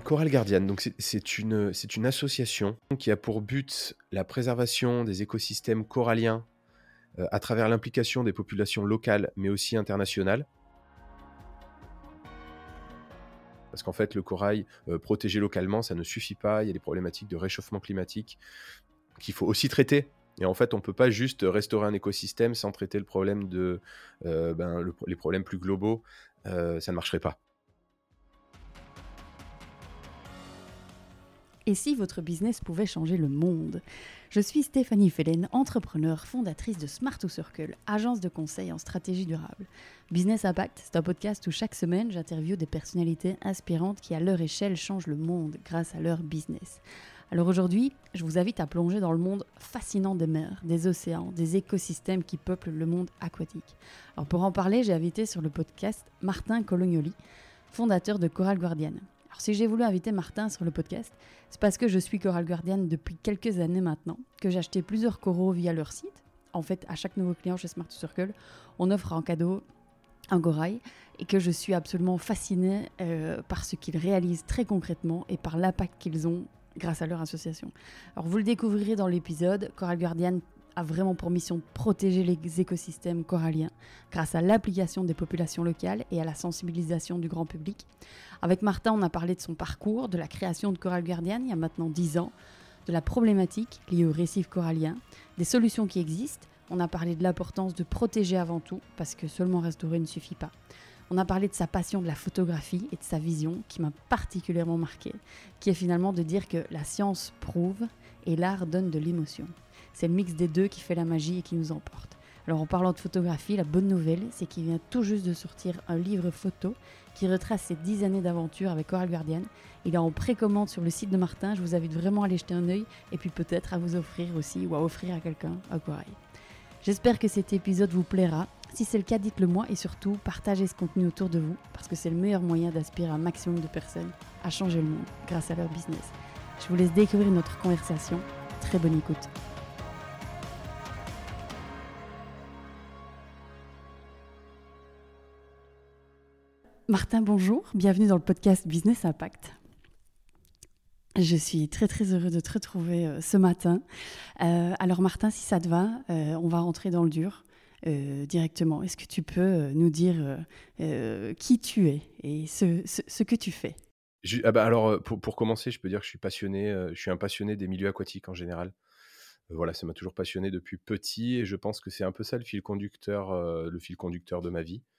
Coral Guardian, donc c'est une association qui a pour but la préservation des écosystèmes coralliens, à travers l'implication des populations locales, mais aussi internationales. Parce qu'en fait, le corail, protégé localement, ça ne suffit pas. Il y a des problématiques de réchauffement climatique qu'il faut aussi traiter. Et en fait, on ne peut pas juste restaurer un écosystème sans traiter le problème les problèmes plus globaux. Ça ne marcherait pas. Et si votre business pouvait changer le monde? Je suis Stéphanie Fellen, entrepreneure, fondatrice de Smart to Circle, agence de conseil en stratégie durable. Business Impact, c'est un podcast où chaque semaine, j'interviewe des personnalités inspirantes qui, à leur échelle, changent le monde grâce à leur business. Alors aujourd'hui, je vous invite à plonger dans le monde fascinant des mers, des océans, des écosystèmes qui peuplent le monde aquatique. Alors pour en parler, j'ai invité sur le podcast Martin Colognoli, fondateur de Coral Guardian. Alors si j'ai voulu inviter Martin sur le podcast, c'est parce que je suis Coral Guardian depuis quelques années maintenant, que j'ai acheté plusieurs coraux via leur site. En fait, à chaque nouveau client chez Smart to Circle, on offre en cadeau un corail et que je suis absolument fascinée par ce qu'ils réalisent très concrètement et par l'impact qu'ils ont grâce à leur association. Alors vous le découvrirez dans l'épisode, Coral Guardian a vraiment pour mission de protéger les écosystèmes coralliens grâce à l'application des populations locales et à la sensibilisation du grand public. Avec Martin, on a parlé de son parcours, de la création de Coral Guardian il y a maintenant 10 ans, de la problématique liée aux récifs coralliens, des solutions qui existent. On a parlé de l'importance de protéger avant tout, parce que seulement restaurer ne suffit pas. On a parlé de sa passion de la photographie et de sa vision, qui m'a particulièrement marquée, qui est finalement de dire que la science prouve et l'art donne de l'émotion. C'est le mix des deux qui fait la magie et qui nous emporte. Alors en parlant de photographie, la bonne nouvelle, c'est qu'il vient tout juste de sortir un livre photo qui retrace ses 10 années d'aventure avec Coral Guardian. Il est en précommande sur le site de Martin, je vous invite vraiment à aller jeter un œil et puis peut-être à vous offrir aussi ou à offrir à quelqu'un un corail. J'espère que cet épisode vous plaira. Si c'est le cas, dites-le moi et surtout, partagez ce contenu autour de vous parce que c'est le meilleur moyen d'inspirer un maximum de personnes à changer le monde grâce à leur business. Je vous laisse découvrir notre conversation. Très bonne écoute. Martin, bonjour. Bienvenue dans le podcast Business Impact. Je suis très très heureuse de te retrouver ce matin. Alors Martin, si ça te va, on va rentrer dans le dur directement. Est-ce que tu peux nous dire qui tu es et ce que tu fais? Alors, pour commencer, je peux dire que je suis un passionné des milieux aquatiques en général. Voilà, ça m'a toujours passionné depuis petit et je pense que c'est un peu ça le fil conducteur de ma vie.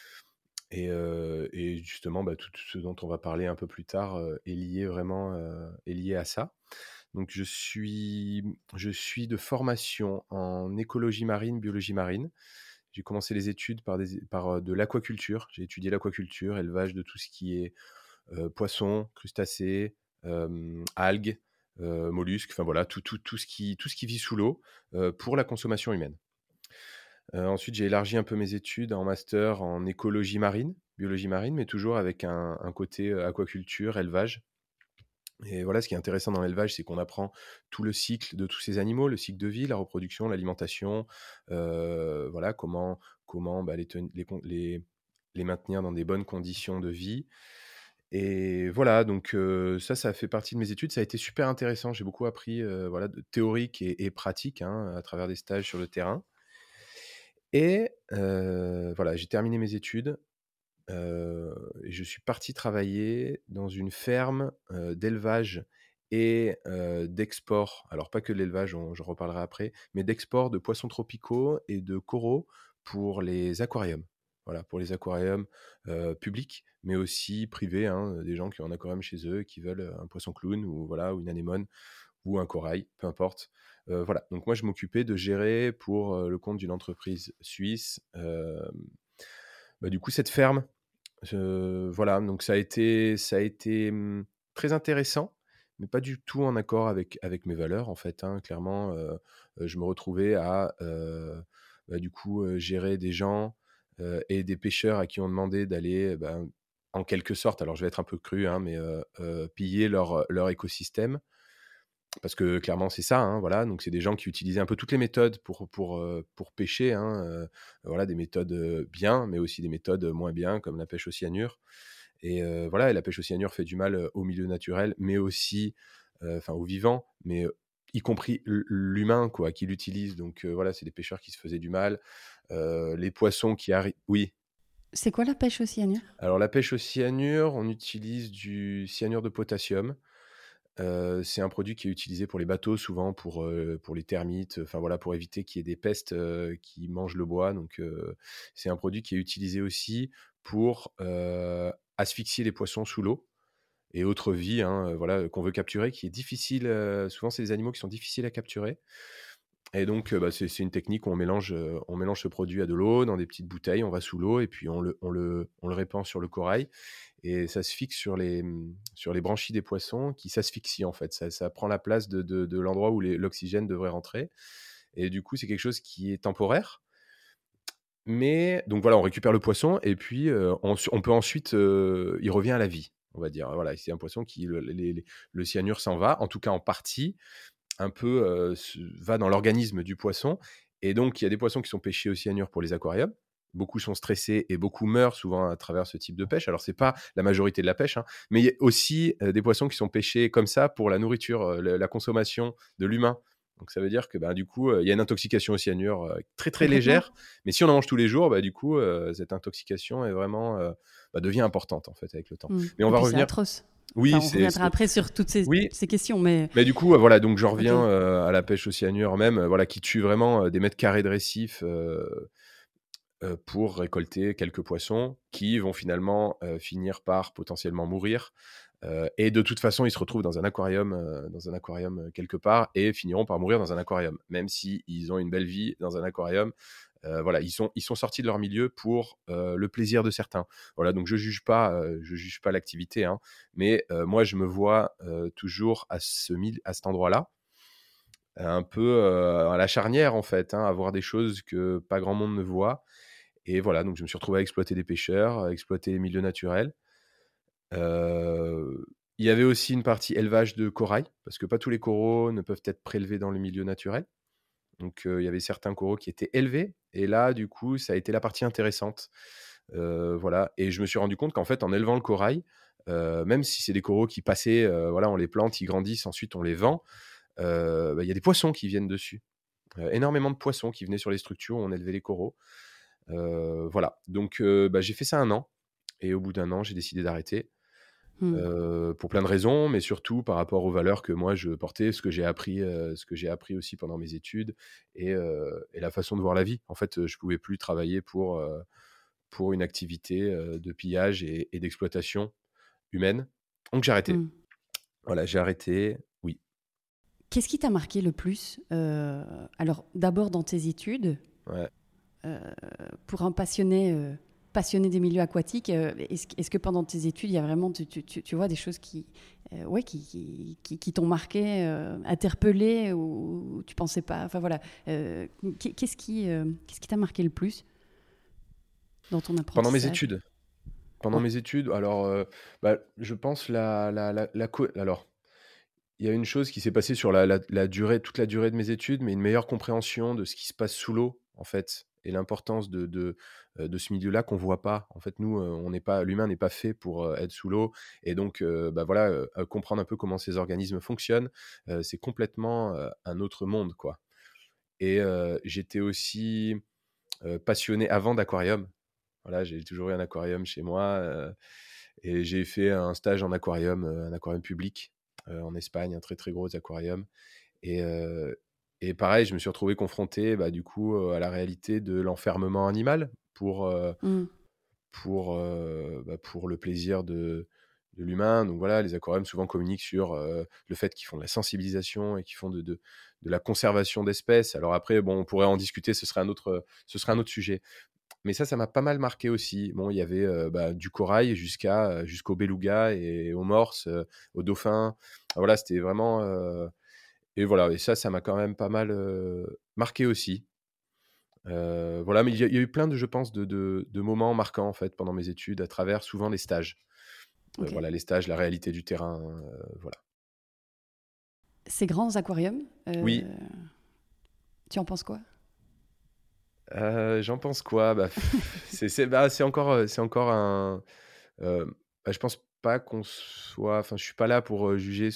Et justement, tout ce dont on va parler un peu plus tard est lié à ça. Donc je suis de formation en écologie marine, biologie marine. J'ai commencé les études par de l'aquaculture. J'ai étudié l'aquaculture, élevage de tout ce qui est poissons, crustacés, algues, mollusques, enfin voilà, tout ce qui vit sous l'eau pour la consommation humaine. Ensuite, j'ai élargi un peu mes études en master en écologie marine, biologie marine, mais toujours avec un côté aquaculture, élevage. Et voilà, ce qui est intéressant dans l'élevage, c'est qu'on apprend tout le cycle de tous ces animaux, le cycle de vie, la reproduction, l'alimentation, voilà, comment les maintenir dans des bonnes conditions de vie. Et voilà, donc ça fait partie de mes études. Ça a été super intéressant. J'ai beaucoup appris, voilà, de théorique et pratique, hein, à travers des stages sur le terrain. Et voilà, j'ai terminé mes études, et je suis parti travailler dans une ferme, d'élevage et d'export. Alors pas que de l'élevage, j'en reparlerai après, mais d'export de poissons tropicaux et de coraux pour les aquariums. Voilà, pour les aquariums, publics, mais aussi privés, hein, des gens qui ont un aquarium chez eux, qui veulent un poisson clown ou voilà, ou une anémone ou un corail, peu importe. Voilà, donc moi je m'occupais de gérer pour le compte d'une entreprise suisse, du coup cette ferme. Voilà, donc ça a été très intéressant, mais pas du tout en accord avec mes valeurs en fait, hein. Clairement, je me retrouvais à, du coup, gérer des gens, et des pêcheurs à qui on demandait d'aller, en quelque sorte, alors je vais être un peu cru, hein, mais piller leur écosystème. Parce que clairement, c'est ça, hein, voilà. Donc, c'est des gens qui utilisaient un peu toutes les méthodes pour pêcher, hein, voilà, des méthodes bien, mais aussi des méthodes moins bien, comme la pêche au cyanure. Et voilà, et la pêche au cyanure fait du mal, au milieu naturel, mais aussi, enfin aux vivants, mais y compris l'humain quoi, qui l'utilise. Donc voilà, c'est des pêcheurs qui se faisaient du mal. Les poissons qui arrivent. Oui. C'est quoi la pêche au cyanure? Alors la pêche au cyanure, on utilise du cyanure de potassium. C'est un produit qui est utilisé pour les bateaux souvent pour les termites, enfin voilà, pour éviter qu'il y ait des pestes, qui mangent le bois. Donc c'est un produit qui est utilisé aussi pour, asphyxier les poissons sous l'eau et autres vies, hein, voilà, qu'on veut capturer, qui est difficile, souvent c'est des animaux qui sont difficiles à capturer. Et donc bah, c'est une technique où on mélange ce produit à de l'eau dans des petites bouteilles, on va sous l'eau et puis on le répand sur le corail et ça se fixe sur les branchies des poissons qui s'asphyxient en fait. Ça prend la place de l'endroit où l'oxygène devrait rentrer et du coup, c'est quelque chose qui est temporaire. Mais donc voilà, on récupère le poisson et puis, on peut ensuite, il revient à la vie, on va dire. Voilà, c'est un poisson qui le cyanure s'en va, en tout cas en partie, un peu, va dans l'organisme du poisson et donc il y a des poissons qui sont pêchés au cyanure pour les aquariums. Beaucoup sont stressés et beaucoup meurent souvent à travers ce type de pêche. Alors c'est pas la majorité de la pêche, hein, mais il y a aussi, des poissons qui sont pêchés comme ça pour la nourriture, la consommation de l'humain. Donc ça veut dire que, bah, du coup, il y a une intoxication au cyanure, très, très Complètement. légère, mais si on en mange tous les jours, bah, du coup, cette intoxication est vraiment, bah, devient importante en fait avec le temps. Mm. Mais on Et va puis c'est revenir. atroce. Enfin, Oui, on reviendra après sur toutes oui. ces questions, mais Mais du coup, voilà, donc j'en ok. reviens, à la pêche au cyanure même, voilà, qui tue vraiment, des mètres carrés de récifs, pour récolter quelques poissons qui vont finalement, finir par potentiellement mourir, et de toute façon, ils se retrouvent dans un aquarium, quelque part et finiront par mourir dans un aquarium. Même si ils ont une belle vie dans un aquarium, voilà, ils sont sortis de leur milieu pour, le plaisir de certains. Voilà, donc je juge pas l'activité, hein, mais moi je me vois, toujours à cet endroit-là, un peu, à la charnière en fait, hein, à voir des choses que pas grand monde ne voit et voilà, donc je me suis retrouvé à exploiter des pêcheurs, à exploiter les milieux naturels. Heu, il y avait aussi une partie élevage de corail, parce que pas tous les coraux ne peuvent être prélevés dans le milieu naturel. Donc il y avait certains coraux qui étaient élevés et là, du coup, ça a été la partie intéressante. Voilà et je me suis rendu compte qu'en fait, en élevant le corail, même si c'est des coraux qui passaient, voilà, on les plante, ils grandissent, ensuite on les vend, bah, il y a des poissons qui viennent dessus. Énormément de poissons qui venaient sur les structures où on élevait les coraux. Voilà, donc bah, j'ai fait ça 1 an et au bout d'1 an, j'ai décidé d'arrêter, Mm. pour plein de raisons, mais surtout par rapport aux valeurs que moi je portais, ce que j'ai appris aussi pendant mes études et la façon de voir la vie. En fait, je pouvais plus travailler pour une activité, de pillage et d'exploitation humaine, donc j'ai arrêté. Mm. Voilà, j'ai arrêté, oui. Qu'est-ce qui t'a marqué le plus alors, d'abord dans tes études, Ouais. euh, pour un passionné des milieux aquatiques, est-ce que pendant tes études, il y a vraiment, tu vois, des choses ouais, qui t'ont marqué, interpellé, ou tu pensais pas, enfin voilà, qu'est-ce qui t'a marqué le plus dans ton Pendant mes apprentissage? études pendant Ouais. mes études, alors, bah, je pense la co alors il y a une chose qui s'est passée sur la durée toute la durée de mes études, mais une meilleure compréhension de ce qui se passe sous l'eau, en fait et l'importance de ce milieu-là qu'on voit pas. En fait, nous, on n'est pas l'humain n'est pas fait pour, être sous l'eau et donc bah, voilà, comprendre un peu comment ces organismes fonctionnent, c'est complètement, un autre monde, quoi et j'étais aussi, passionné avant d'aquarium. Voilà, j'ai toujours eu un aquarium chez moi, et j'ai fait un stage en aquarium, un aquarium public, en Espagne, un très, très gros aquarium et pareil, je me suis retrouvé confronté, bah, du coup, à la réalité de l'enfermement animal Mm. bah, pour le plaisir de l'humain. Donc voilà, les aquariums souvent communiquent sur, le fait qu'ils font de la sensibilisation et qu'ils font de la conservation d'espèces. Alors après, bon, on pourrait en discuter, ce serait un autre sujet. Mais ça m'a pas mal marqué aussi. Bon, il y avait, bah, du corail jusqu'aux belugas et aux morses, aux dauphins. Voilà, c'était vraiment, et voilà et ça m'a quand même pas mal, marqué aussi. Voilà, mais il y a eu plein de je pense de moments marquants, en fait, pendant mes études à travers souvent les stages. Ok. Voilà, les stages, la réalité du terrain, voilà. Ces grands aquariums, Oui, tu en penses quoi? j'en pense quoi? Bah, c'est encore un, Je pense pas qu'on soit enfin, je suis pas là pour, juger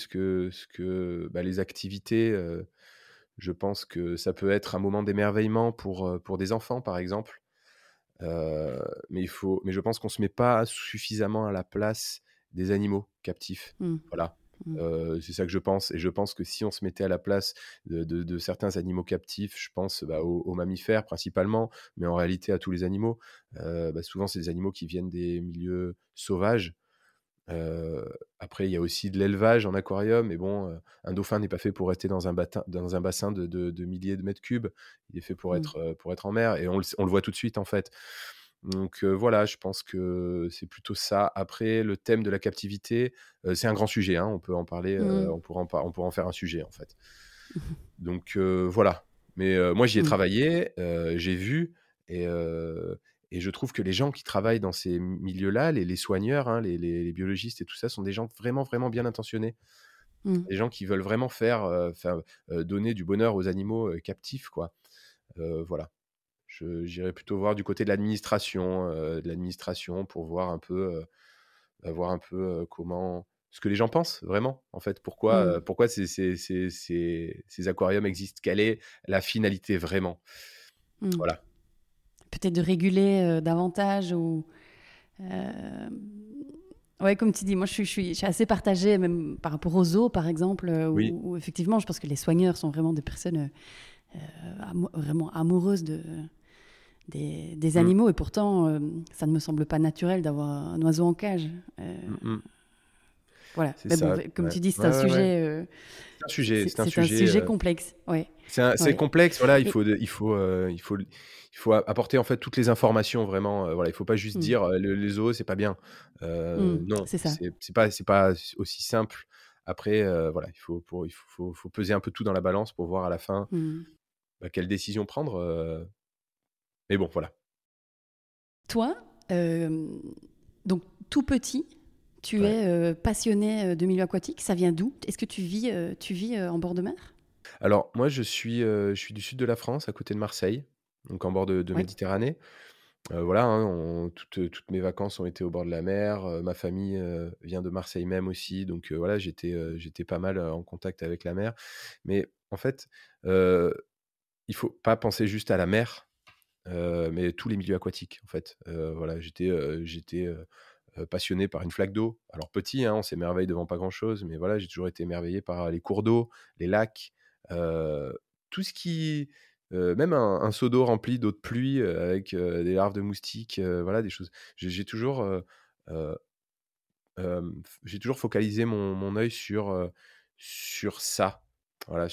les activités, je pense que ça peut être un moment d'émerveillement pour des enfants, par exemple, heu, mais je pense qu'on se met pas suffisamment à la place des animaux captifs. Mmh. Voilà, Mmh. c'est ça que je pense et je pense que si on se mettait à la place de certains animaux captifs, je pense, aux mammifères principalement, mais en réalité à tous les animaux, souvent c'est des animaux qui viennent des milieux sauvages. Heu, Après, il y a aussi de l'élevage en aquarium, mais bon, un dauphin n'est pas fait pour rester dans un bassin de milliers de mètres cubes. Il est fait Mmh. pour être en mer et on le voit tout de suite, en fait. Donc voilà, je pense que c'est plutôt ça. Après, le thème de la captivité, c'est un grand sujet, hein, on peut en parler, Mmh. on pourra en faire un sujet, en fait. Donc voilà. Mais moi, j'y ai Mmh. travaillé, j'ai vu et heu et je trouve que les gens qui travaillent dans ces milieux-là, les soigneurs, hein, les biologistes et tout ça, sont des gens vraiment, vraiment bien intentionnés. Mmh. Des gens qui veulent vraiment donner du bonheur aux animaux, captifs, quoi. Voilà. J'irais plutôt voir du côté de l'administration pour voir un peu, comment ce que les gens pensent vraiment, en fait. Mmh. Pourquoi ces aquariums existent? Quelle est la finalité vraiment? Mmh. Voilà. Peut-être de réguler, davantage ou hem, ouais, comme tu dis, moi je suis assez partagée même par rapport aux zoos, par exemple, Oui. où effectivement je pense que les soigneurs sont vraiment des personnes, vraiment amoureuses des Mmh. animaux et pourtant, ça ne me semble pas naturel d'avoir un oiseau en cage. Mmh mh. Voilà, C'est mais bon, ça, comme ouais. tu dis, c'est Ouais, un ouais, ouais. sujet, C'est un c'est un sujet, sujet complexe. Ouais, c'est ouais. complexe, voilà, Et il faut apporter, en fait, toutes les informations vraiment, voilà. Il faut pas juste mmh, dire, les zoos, c'est pas bien. Non, c'est ça. c'est pas aussi simple. Après, voilà, il faut peser un peu tout dans la balance pour voir à la fin, Mmh. quelle décision prendre, mais bon, voilà. Toi, donc tout petit, tu Ouais. es, passionné, de milieu aquatique. Ça vient d'où? Est-ce que tu vis, en bord de mer? Alors moi, je suis du sud de la France, à côté de Marseille, donc en bord de Oui. Méditerranée. Voilà, hein, toutes mes vacances ont été au bord de la mer, ma famille, vient de Marseille même aussi, donc voilà, j'étais pas mal, en contact avec la mer. Mais en fait, heu, il faut pas penser juste à la mer, mais tous les milieux aquatiques, en fait. Voilà, j'étais passionné par une flaque d'eau. Alors petit, hein, on s'émerveille devant pas grand-chose, mais voilà, j'ai toujours été émerveillé par les cours d'eau, les lacs, tout ce qui même un seau d'eau rempli d'eau de pluie, avec, des larves de moustiques, voilà, des choses j'ai toujours, heu, j'ai toujours focalisé mon œil sur ça. Voilà,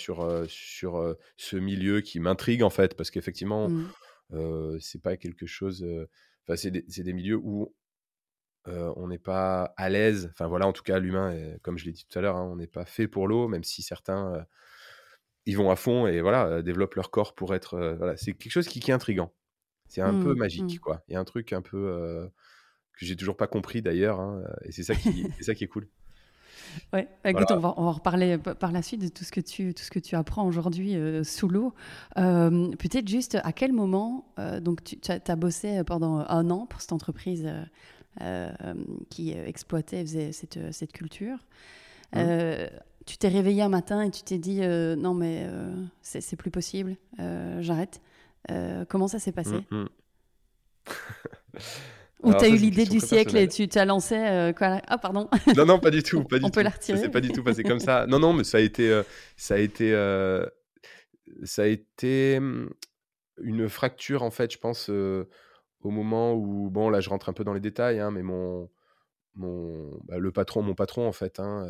ce milieu qui m'intrigue, en fait, parce qu'effectivement, Mmh. c'est pas quelque chose, c'est des milieux où on n'est pas à l'aise, enfin voilà, en tout cas l'humain est comme je l'ai dit tout à l'heure, hein, on n'est pas fait pour l'eau, même si certains, y vont à fond et voilà, développent leur corps pour être, voilà, c'est quelque chose qui est intriguant. C'est un peu Mmh. Mmh. magique, quoi. Il y a un truc un peu, que j'ai toujours pas compris d'ailleurs, hein, et c'est ça qui est cool. Ouais, bah, écoute, Voilà. on va en reparler par la suite de tout ce que tu apprends aujourd'hui, sous l'eau. Peut-être juste à quel moment, donc tu as bossé pendant 1 an pour cette entreprise, qui, exploitait et faisait cette culture. Mmh. Heu, Tu t'es réveillé un matin et tu t'es dit, «Non mais, c'est plus possible, j'arrête». Comment ça s'est Mmh passé? mh. Ou Alors tu as ça, eu c'est une l'idée question du très siècle et personnelle. tu t'as lancé, quoi ah pardon, Non, non, pas du tout, pas on du peut la tout. Ça retirer? s'est pas du tout passé comme ça. Non, non, mais ça a été, ça a été, une fracture, en fait, je pense, au moment où bon, là, je rentre un peu dans les détails, hein, mais mon patron, en fait, hein,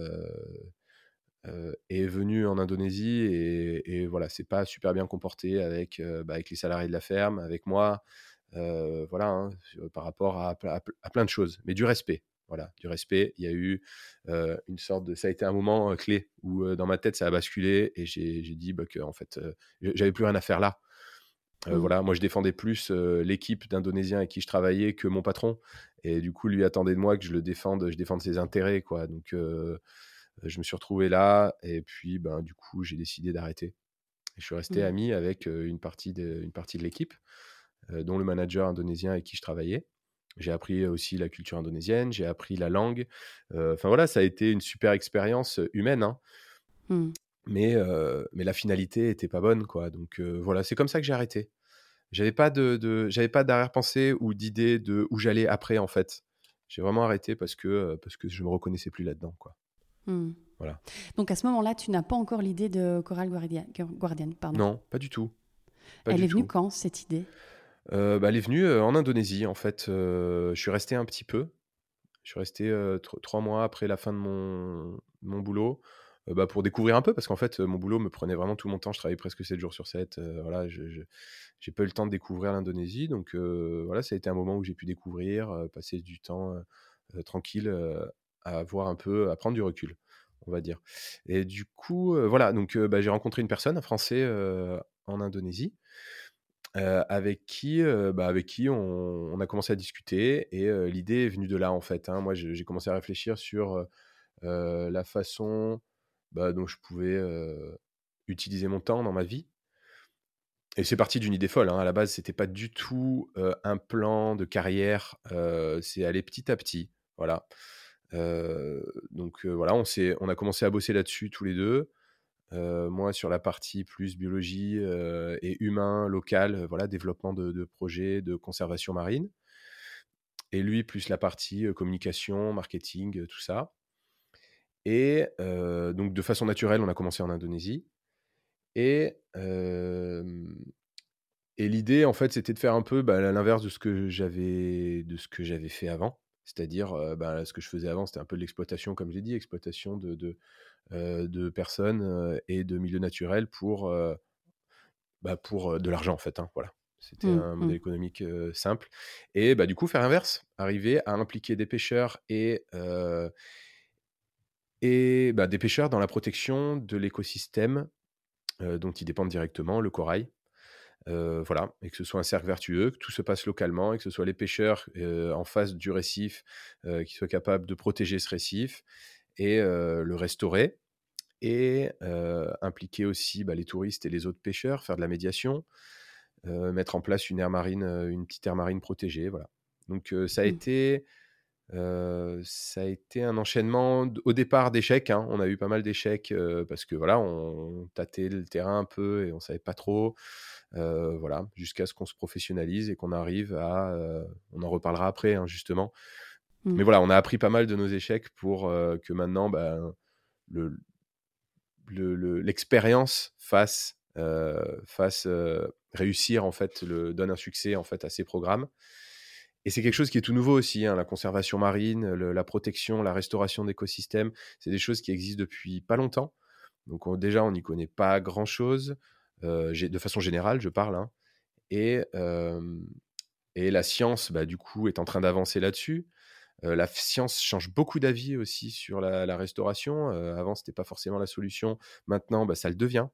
est venu en Indonésie et voilà, s'est pas super bien comporté avec les salariés de la ferme, avec moi, voilà, hein, par rapport à plein de choses, mais du respect. Voilà, du respect. Il y a eu, une sorte de ça a été un moment, clé où, dans ma tête, ça a basculé et j'ai dit, qu'en fait, j'avais plus rien à faire là. Mmh. Voilà, moi je défendais plus, l'équipe d'Indonésiens avec qui je travaillais que mon patron et du coup, lui attendait de moi que je défende ses intérêts, quoi, donc je me suis retrouvé là et puis, ben, du coup, j'ai décidé d'arrêter et je suis resté Mmh. ami avec, une partie de l'équipe, dont le manager indonésien avec qui je travaillais J'ai appris aussi la culture indonésienne, j'ai appris la langue. Enfin voilà, ça a été une super expérience, humaine, hein, Mmh. mais la finalité était pas bonne, quoi. Donc voilà, c'est comme ça que j'ai arrêté. J'avais pas d'arrière-pensée ou d'idée de où j'allais après, en fait. J'ai vraiment arrêté parce que je me reconnaissais plus là-dedans, quoi. Mmh. Voilà. Donc à ce moment-là, tu n'as pas encore l'idée de chorale guardiane, pardon. Non, pas du tout, pas Elle du est venue tout. quand, cette idée? Bah, elle est venue, en Indonésie, en fait, je suis resté un petit peu. Je suis resté, 3 mois après la fin de mon boulot, bah, pour découvrir un peu parce qu'en fait, mon boulot me prenait vraiment tout mon temps. Je travaillais presque 7 jours sur 7, voilà, je j'ai pas eu le temps de découvrir l'Indonésie donc voilà, ça a été un moment où j'ai pu découvrir, passer du temps, tranquille, à voir un peu, à prendre du recul, on va dire et du coup, voilà donc bah, j'ai rencontré une personne, un Français, en Indonésie, avec qui on a commencé à discuter et l'idée est venue de là, en fait, hein. Moi, j'ai commencé à réfléchir sur, la façon, bah, dont je pouvais, utiliser mon temps dans ma vie et c'est parti d'une idée folle, hein. À la base, c'était pas du tout, un plan de carrière, c'est allé petit à petit, voilà. Donc voilà, on a commencé à bosser là-dessus tous les 2. Moi sur la partie plus biologie, et humain, local, voilà, développement de projets de conservation marine et lui plus la partie, communication, marketing, tout ça et donc de façon naturelle, on a commencé en Indonésie et l'idée en fait, c'était de faire un peu, bah, l'inverse de ce que j'avais fait avant. C'est-à-dire, bah, ce que je faisais avant, c'était un peu de l'exploitation comme j'ai dit, exploitation de personnes, et de milieux naturels pour de l'argent en fait, hein, voilà. C'était Mmh, un mmh, modèle économique, simple et bah, du coup faire l'inverse, arriver à impliquer des pêcheurs et bah, des pêcheurs dans la protection de l'écosystème, dont ils dépendent directement, le corail. Voilà et que ce soit un cercle vertueux, que tout se passe localement et que ce soit les pêcheurs, en face du récif, qui soient capables de protéger ce récif et le restaurer et impliquer aussi, bah, les touristes et les autres pêcheurs, faire de la médiation. Mettre en place une petite aire marine protégée, voilà. Donc mmh. ça a été un enchaînement au départ d'échecs, hein. On a eu pas mal d'échecs, parce que voilà, on tâtait le terrain un peu et on savait pas trop, voilà, jusqu'à ce qu'on se professionnalise et qu'on arrive à, on en reparlera après, hein, justement. Mmh. Mais voilà, on a appris pas mal de nos échecs pour, que maintenant, ben, le l'expérience fasse, réussir en fait donne un succès en fait à ces programmes et c'est quelque chose qui est tout nouveau aussi, hein, la conservation marine, la protection, la restauration d'écosystèmes, c'est des choses qui existent depuis pas longtemps. Donc déjà on n'y connaît pas grand chose, de façon générale je parle, hein, et, et la science bah, du coup est en train d'avancer là-dessus. La science change beaucoup d'avis aussi sur la restauration. Avant, c'était pas forcément la solution. Maintenant, bah, ça le devient.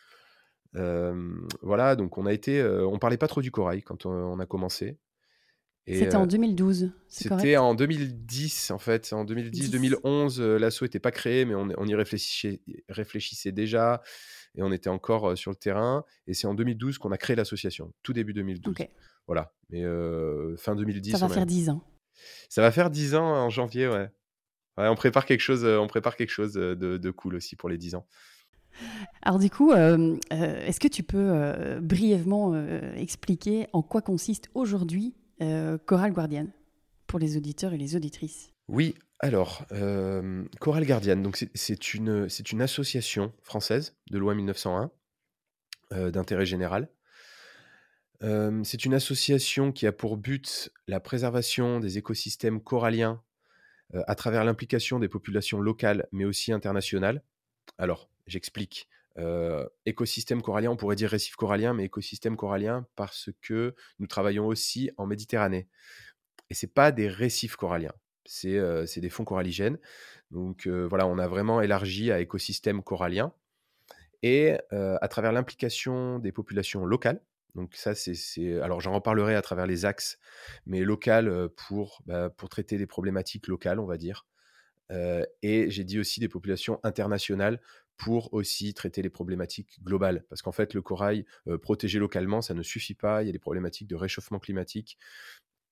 Voilà, donc on parlait pas trop du corail quand on a commencé et C'était en 2012, c'est c'était correct? en 2010, en fait. En 10. 2010-2011, l'asso était pas créé, mais on y réfléchissait déjà et on était encore, sur le terrain et c'est en 2012 qu'on a créé l'association, tout début 2012. OK. Voilà, mais fin Ça 2010, va faire 10 ans. ça va faire 10 ans en janvier, ouais. Ouais, on prépare quelque chose, de cool aussi pour les 10 ans. Alors du coup, est-ce que tu peux, brièvement, expliquer en quoi consiste aujourd'hui, Chorale Guardiane? Pour les auditeurs et les auditrices. Oui, alors, Chorale Gardienne, donc c'est une association française de loi 1901, d'intérêt général. C'est une association qui a pour but la préservation des écosystèmes coralliens, à travers l'implication des populations locales, mais aussi internationales. Alors, j'explique. Écosystème corallien, on pourrait dire récif corallien, mais écosystème corallien parce que nous travaillons aussi en Méditerranée. Et c'est pas des récifs coralliens, c'est des fonds coralligènes. Donc voilà, on a vraiment élargi à écosystème corallien et à travers l'implication des populations locales, donc ça c'est alors j'en reparlerai à travers les axes, mais locales, pour traiter des problématiques locales, on va dire. Et j'ai dit aussi des populations internationales pour aussi traiter les problématiques globales. Parce qu'en fait, le corail, protégé localement, ça ne suffit pas. Il y a des problématiques de réchauffement climatique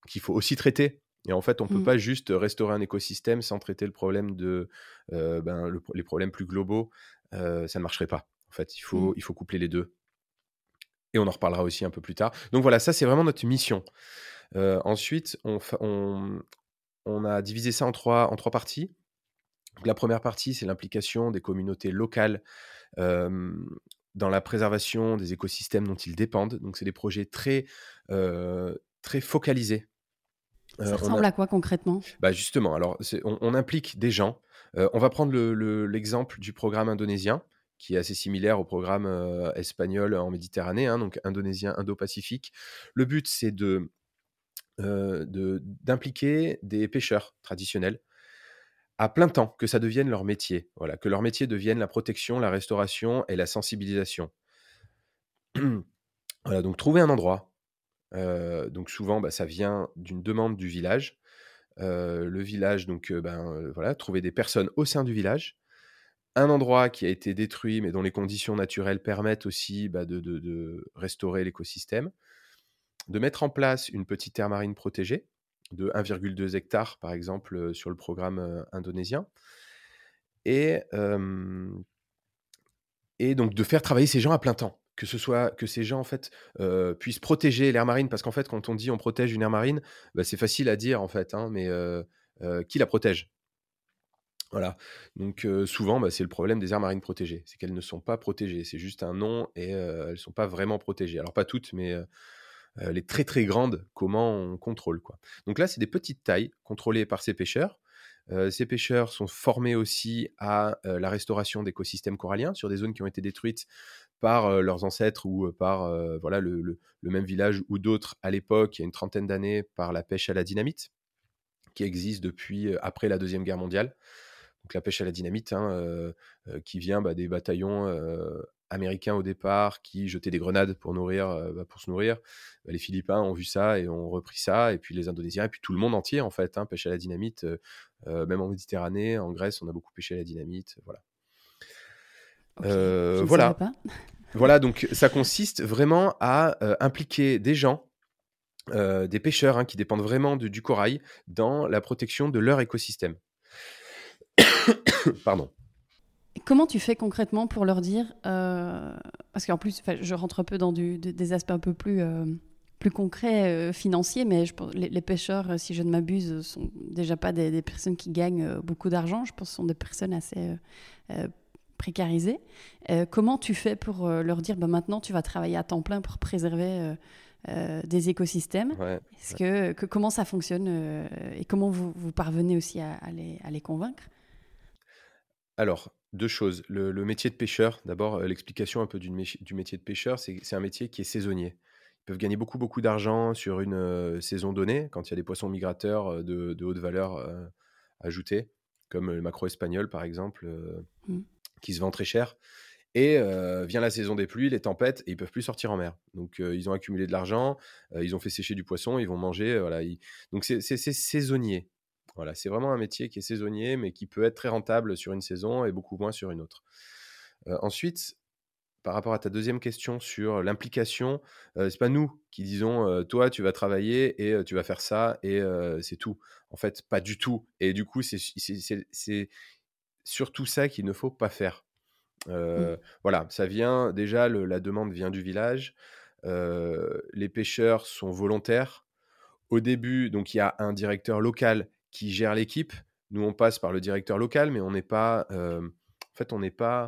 qu'il faut aussi traiter. Et en fait, on ne peut Mmh. pas juste restaurer un écosystème sans traiter le problème les problèmes plus globaux. Ça ne marcherait pas. En fait, Mmh. il faut coupler les deux. Et on en reparlera aussi un peu plus tard. Donc voilà, ça, c'est vraiment notre mission. Ensuite, on a divisé ça en trois parties. Donc, la première partie, c'est l'implication des communautés locales hem, dans la préservation des écosystèmes dont ils dépendent. Donc c'est des projets très focalisés. Ça On a ressemble à quoi concrètement? Bah, justement, alors on implique des gens. On va prendre l'exemple du programme indonésien, qui est assez similaire au programme, espagnol en Méditerranée, hein, donc indonésien, Indo-Pacifique. Le but, c'est d'impliquer des pêcheurs traditionnels à plein temps, que ça devienne leur métier. Voilà, que leur métier devienne la protection, la restauration et la sensibilisation. Voilà, donc trouver un endroit, donc souvent, bah, ça vient d'une demande du village. Le village donc, voilà, trouver des personnes au sein du village. Un endroit qui a été détruit, mais dont les conditions naturelles permettent aussi, bah, de restaurer l'écosystème. De mettre en place une petite aire marine protégée de 1,2 hectares, par exemple, sur le programme, indonésien. Et donc de faire travailler ces gens à plein temps. Que ces gens, en fait, puissent protéger l'aire marine, parce qu'en fait, quand on dit: «On protège une aire marine», bah, c'est facile à dire, en fait, hein, mais qui la protège? Voilà. Donc souvent, bah, c'est le problème des aires marines protégées, c'est qu'elles ne sont pas protégées. C'est juste un nom et elles ne sont pas vraiment protégées. Alors pas toutes, mais les très, très grandes, comment on contrôle, quoi? Donc là, c'est des petites tailles contrôlées par ces pêcheurs. Ces pêcheurs sont formés aussi à, la restauration d'écosystèmes coralliens sur des zones qui ont été détruites par, leurs ancêtres ou, par, voilà le même village ou d'autres à l'époque, il y a une trentaine d'années, par la pêche à la dynamite, qui existe depuis, après la Deuxième Guerre mondiale. Donc la pêche à la dynamite, hein, qui vient, bah, des bataillons, américains au départ, qui jetaient des grenades pour se nourrir. Les Philippins ont vu ça et ont repris ça, et puis les Indonésiens, et puis tout le monde entier, en fait, hein, pêche à la dynamite, même en Méditerranée, en Grèce, on a beaucoup pêché à la dynamite, voilà. OK, je ne savais Voilà. pas. Voilà, donc ça consiste vraiment à, impliquer des gens, des pêcheurs, hein, qui dépendent vraiment du corail, dans la protection de leur écosystème. Pardon. Comment tu fais concrètement pour leur dire, parce qu'en plus, enfin, je rentre un peu dans des aspects un peu plus concrets, financiers, mais je pense les pêcheurs, si je ne m'abuse, sont déjà pas des personnes qui gagnent beaucoup d'argent. Je pense que ce sont des personnes assez euh, précarisées. Comment tu fais pour leur dire, bah, maintenant tu vas travailler à temps plein pour préserver des écosystèmes? Ouais. Comment ça fonctionne et comment vous parvenez aussi à les convaincre? Alors, 2 choses. Le métier de pêcheur, d'abord, l'explication un peu du métier de pêcheur, c'est un métier qui est saisonnier. Ils peuvent gagner beaucoup, beaucoup d'argent sur une, saison donnée, quand il y a des poissons migrateurs, de haute valeur, ajoutée, comme le maquereau espagnol, par exemple, Mm. qui se vend très cher. Et vient la saison des pluies, les tempêtes, et ils peuvent plus sortir en mer. Donc ils ont accumulé de l'argent, ils ont fait sécher du poisson, ils vont manger, voilà, donc c'est saisonnier. Voilà, c'est vraiment un métier qui est saisonnier, mais qui peut être très rentable sur une saison et beaucoup moins sur une autre. Ensuite, par rapport à ta deuxième question sur l'implication, c'est pas nous qui disons, «Toi, tu vas travailler et tu vas faire ça et c'est tout». En fait, pas du tout, et du coup, c'est surtout ça qu'il ne faut pas faire. Mm. Voilà, ça vient déjà, la demande vient du village. Les pêcheurs sont volontaires. Au début, donc il y a un directeur local qui gère l'équipe. Nous, on passe par le directeur local, mais on n'est pas, en fait,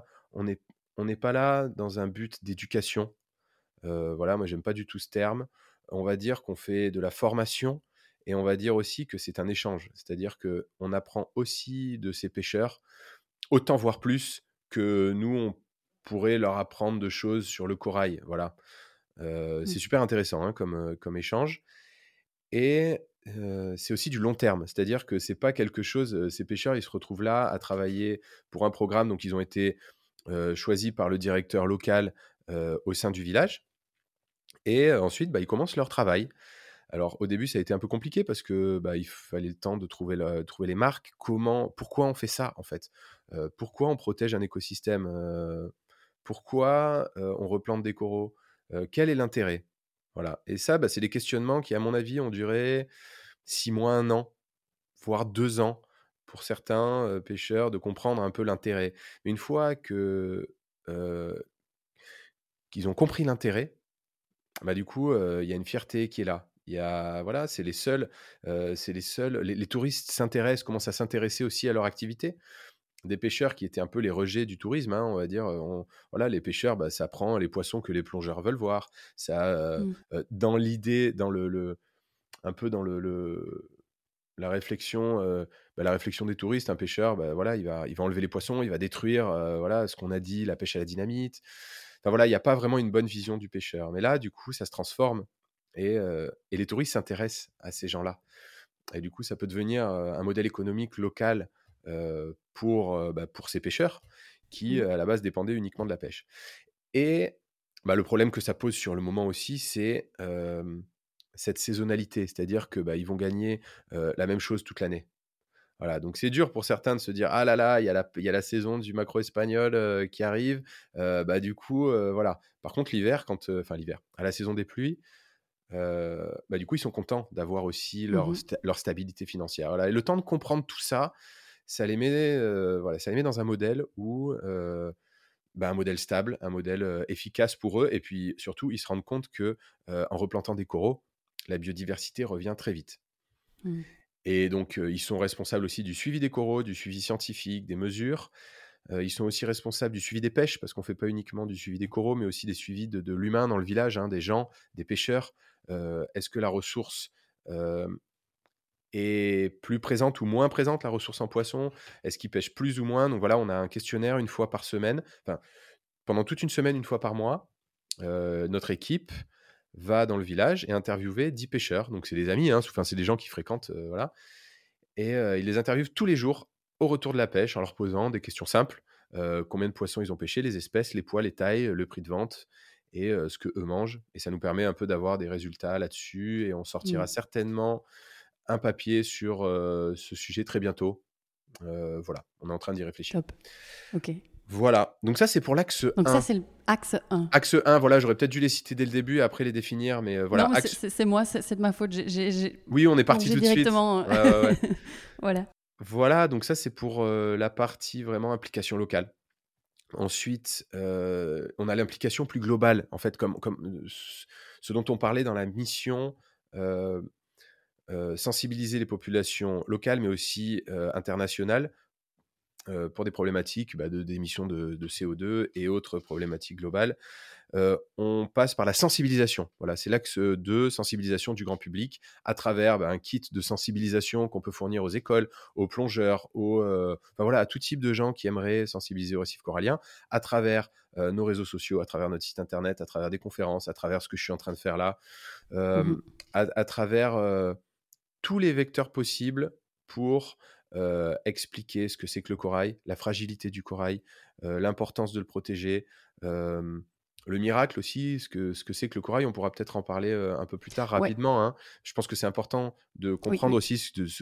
on n'est pas là dans un but d'éducation. Voilà, moi, j'aime pas du tout ce terme. On va dire qu'on fait de la formation, et on va dire aussi que c'est un échange. C'est-à-dire qu'on apprend aussi de ces pêcheurs, autant voire plus que nous, on pourrait leur apprendre de choses sur le corail, voilà. Mm. C'est super intéressant, hein, comme échange, et c'est aussi du long terme. C'est-à-dire que c'est pas quelque chose, ces pêcheurs, ils se retrouvent là à travailler pour un programme, donc ils ont été, choisis par le directeur local, au sein du village, et ensuite, bah, ils commencent leur travail. Alors au début, ça a été un peu compliqué parce que, bah, il fallait le temps de trouver les marques. Pourquoi on fait ça, en fait? Pourquoi on protège un écosystème? Pourquoi, on replante des coraux? Quel est l'intérêt? Voilà et ça, c'est des questionnements qui, à mon avis, ont duré 6 mois, 1 an, voire 2 ans pour certains, pêcheurs de comprendre un peu l'intérêt. Mais une fois heu, qu'ils ont compris l'intérêt, du coup, il y a une fierté qui est là. Il y a voilà, c'est les seuls les touristes s'intéressent commencent à s'intéresser aussi à leur activité. Des pêcheurs qui étaient un peu les rejets du tourisme, hein, on va dire, on voilà, les pêcheurs, ça prend les poissons que les plongeurs veulent voir. Ça, Mmh. dans l'idée, dans un peu dans la réflexion, la réflexion des touristes, un pêcheur, voilà, il va enlever les poissons, il va détruire, voilà, ce qu'on a dit, la pêche à la dynamite. Enfin voilà, il y a pas vraiment une bonne vision du pêcheur. Mais là, du coup, ça se transforme et les touristes s'intéressent à ces gens-là et du coup, ça peut devenir, un modèle économique local, pour ces pêcheurs qui, Mmh. à la base, dépendaient uniquement de la pêche et le problème que ça pose sur le moment aussi, c'est, cette saisonnalité. C'est-à-dire que, ils vont gagner, la même chose toute l'année. Voilà, donc c'est dur pour certains de se dire: «Ah là là, il y a la saison du maquereau espagnol, qui arrive». Du coup, voilà. Par contre l'hiver enfin l'hiver, à la saison des pluies, du coup, ils sont contents d'avoir aussi Mmh. leur stabilité financière. Voilà et le temps de comprendre tout ça, voilà, ça les met dans un modèle où, un modèle stable, un modèle, efficace pour eux et puis surtout, ils se rendent compte que, en replantant des coraux, la biodiversité revient très vite. Mmh. Et donc, ils sont responsables aussi du suivi des coraux, du suivi scientifique, des mesures. Ils sont aussi responsables du suivi des pêches, parce qu'on ne fait pas uniquement du suivi des coraux, mais aussi des suivis de l'humain dans le village, hein, des gens, des pêcheurs. Est-ce que la ressource, hem, est plus présente ou moins présente, la ressource en poisson? Est-ce qu'ils pêchent plus ou moins? Donc voilà, on a un questionnaire une fois par semaine, enfin, pendant toute une semaine, une fois par mois. Notre équipe va dans le village et interviewer 10 pêcheurs. Donc c'est des amis, hein, enfin, c'est des gens qui fréquentent, voilà et ils les interviewent tous les jours au retour de la pêche en leur posant des questions simples. Combien de poissons ils ont pêché, les espèces, les poids, les tailles, le prix de vente et ce qu'eux mangent et ça nous permet un peu d'avoir des résultats là-dessus et on sortira Mmh. certainement un papier sur, ce sujet très bientôt. Voilà, on est en train d'y réfléchir. Top. OK. Voilà, donc ça c'est pour l'axe Donc ça, 1. c'est l'axe 1. Axe 1, voilà, j'aurais peut-être dû les citer dès le début et après les définir, mais voilà, Non, mais axe c'est moi, c'est de ma faute. J'ai oui, on est parti plongé tout de suite. directement, Ouais, ouais, ouais. voilà. Voilà, donc ça c'est pour, la partie vraiment implication locale. Ensuite, on a l'implication plus globale, en fait, comme, ce dont on parlait dans la mission, heu sensibiliser les populations locales, mais aussi, internationales, pour des problématiques, d'émissions de CO2 et autres problématiques globales. On passe par la sensibilisation. Voilà, c'est l'axe 2, sensibilisation du grand public, à travers, un kit de sensibilisation qu'on peut fournir aux écoles, aux plongeurs, enfin voilà, à tout type de gens qui aimeraient sensibiliser au récif corallien, à travers, nos réseaux sociaux, à travers notre site internet, à travers des conférences, à travers ce que je suis en train de faire là, Mmh. hem, à travers, tous les vecteurs possibles pour, expliquer ce que c'est que le corail, la fragilité du corail, l'importance de le protéger, hem, le miracle aussi, ce que c'est que le corail. On pourra peut-être en parler, un peu plus tard Ouais. rapidement, hein. Je pense que c'est important de Oui, comprendre oui. aussi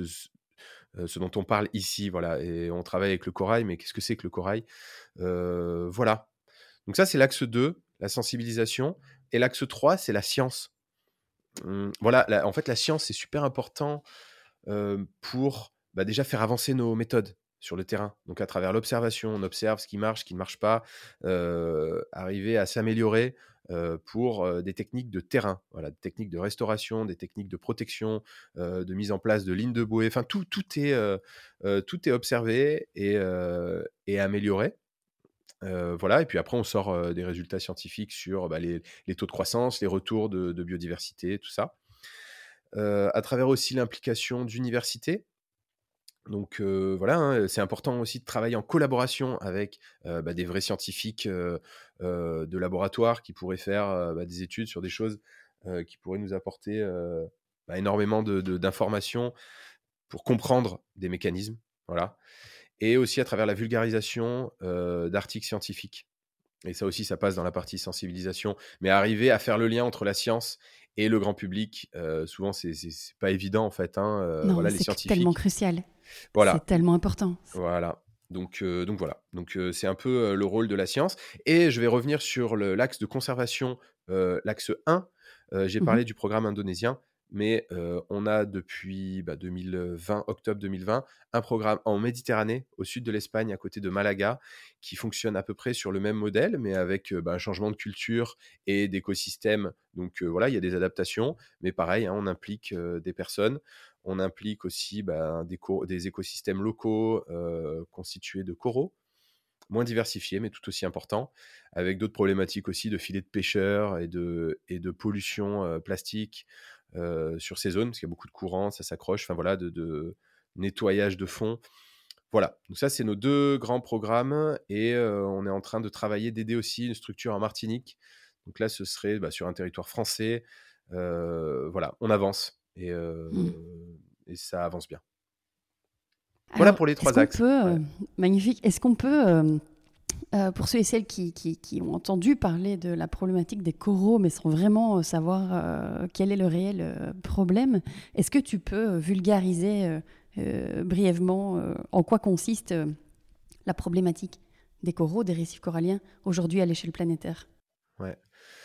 ce dont on parle ici, voilà et on travaille avec le corail, mais qu'est-ce que c'est que le corail? Voilà. Donc ça, c'est l'axe 2, la sensibilisation et l'axe 3, c'est la science. Voilà, en fait, la science, c'est super important pour, déjà faire avancer nos méthodes sur le terrain. Donc à travers l'observation, on observe ce qui ne marche pas, arriver à s'améliorer, pour, des techniques de terrain. Voilà, des techniques de restauration, des techniques de protection, de mise en place de lignes de bouée. Enfin tout est observé et amélioré. Voilà et puis après on sort, des résultats scientifiques sur, les taux de croissance, les retours de biodiversité, tout ça. À travers aussi l'implication d'universités. Donc voilà, hein, c'est important aussi de travailler en collaboration avec, des vrais scientifiques, de laboratoire qui pourraient faire, des études sur des choses, qui pourraient nous apporter, énormément d'informations pour comprendre des mécanismes, voilà et aussi à travers la vulgarisation, d'articles scientifiques. Et ça aussi, ça passe dans la partie sensibilisation. Mais arriver à faire le lien entre la science et le grand public, souvent c'est pas évident en fait, hein, Non, mais voilà les c'est tellement scientifiques crucial. C'est voilà, tellement important. voilà. Donc voilà. Donc c'est un peu, le rôle de la science et je vais revenir sur l'axe de conservation, l'axe 1, J'ai Mmh. parlé du programme indonésien, mais on a depuis, 2020, octobre 2020, un programme en Méditerranée, au sud de l'Espagne, à côté de Malaga, qui fonctionne à peu près sur le même modèle, mais avec, un changement de culture et d'écosystème. Donc voilà, il y a des adaptations, mais pareil, hein, on implique, des personnes. On implique aussi, des écosystèmes locaux, constitués de coraux, moins diversifiés, mais tout aussi importants, avec d'autres problématiques aussi de filets de pêcheurs et de pollution, plastique, sur ces zones, parce qu'il y a beaucoup de courants, ça s'accroche, enfin voilà, de nettoyage de fond. Voilà, donc ça, c'est nos 2 grands programmes et on est en train de travailler, d'aider aussi une structure en Martinique. Donc là, ce serait, sur un territoire français. Voilà, on avance Mmh. et ça avance bien. Voilà Alors, pour les est-ce 3 qu'on axes. peut, Ouais. magnifique, est-ce qu'on peut, pour ceux et celles qui ont entendu parler de la problématique des coraux, mais sans vraiment savoir quel est le réel problème, est-ce que tu peux vulgariser brièvement en quoi consiste la problématique des coraux, des récifs coralliens aujourd'hui à l'échelle planétaire? Ouais.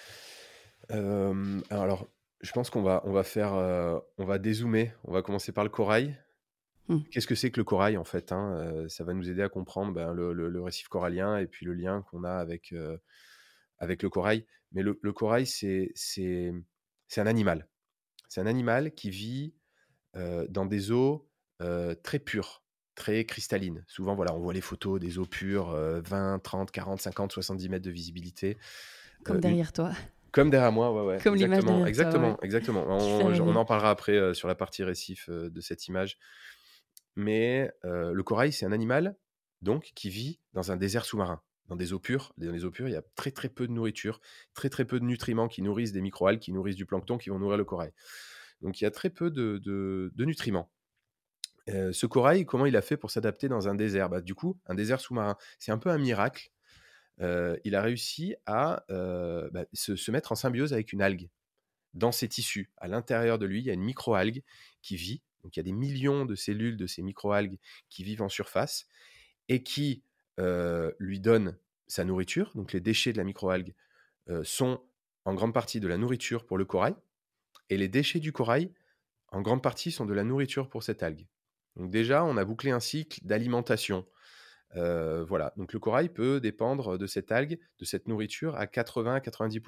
Alors, je pense qu'on va faire, on va dézoomer. On va commencer par le corail. Hmm. Qu'est-ce que c'est que le corail, en fait, hein? Ça va nous aider à comprendre, le récif corallien et puis le lien qu'on a avec le corail. Mais le corail, c'est un animal. C'est un animal qui vit, dans des eaux, très pures, très cristallines. Souvent, voilà, on voit les photos des eaux pures, 20, 30, 40, 50, 70 mètres de visibilité. Comme Une derrière toi, Comme derrière moi, ouais, ouais, comme l'image exactement, derrière toi, ouais, exactement, exactement. qui fait On rêver. en parlera après, sur la partie récif, de cette image. Mais, le corail, c'est un animal, donc, qui vit dans un désert sous-marin, dans des eaux pures. Dans les eaux pures, il y a très, très peu de nourriture, très, très peu de nutriments qui nourrissent des microalgues, qui nourrissent du plancton, qui vont nourrir le corail. Donc il y a très peu de nutriments. Ce corail, comment il a fait pour s'adapter dans un désert? Du coup, un désert sous-marin. C'est un peu un miracle. Il a réussi à, se mettre en symbiose avec une algue. Dans ses tissus, à l'intérieur de lui, il y a une microalgue qui vit. Donc il y a des millions de cellules de ces microalgues qui vivent en surface et qui, lui donnent sa nourriture. Donc les déchets de la microalgue, sont en grande partie de la nourriture pour le corail et les déchets du corail, en grande partie, sont de la nourriture pour cette algue. Donc déjà, on a bouclé un cycle d'alimentation. Voilà, donc le corail peut dépendre de cette algue, de cette nourriture à 80-90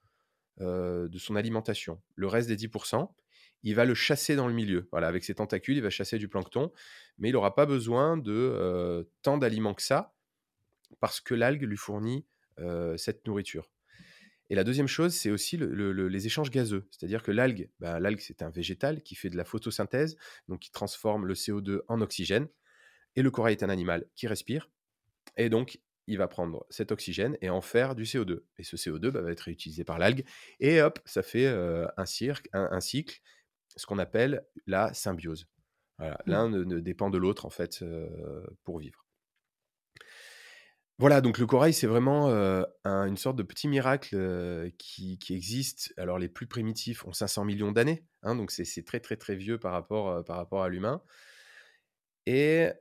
de son alimentation. Le reste des 10 il va le chasser dans le milieu. Voilà, avec ses tentacules, il va chasser du plancton, mais il aura pas besoin de, tant d'aliments que ça, parce que l'algue lui fournit, cette nourriture. Et la deuxième chose, c'est aussi les échanges gazeux. C'est-à-dire que l'algue, c'est un végétal qui fait de la photosynthèse, donc qui transforme le CO2 en oxygène et le corail est un animal qui respire et donc, il va prendre cet oxygène et en faire du CO2. Et ce CO2, va être réutilisé par l'algue. Et hop, ça fait un cycle, ce qu'on appelle la symbiose. Voilà, Hmm. l'un ne dépend de l'autre, en fait, pour vivre. Voilà, donc le corail, c'est vraiment une sorte de petit miracle qui existe. Alors, les plus primitifs ont 500 millions d'années, hein, donc c'est très, très, très vieux par rapport à l'humain. Et,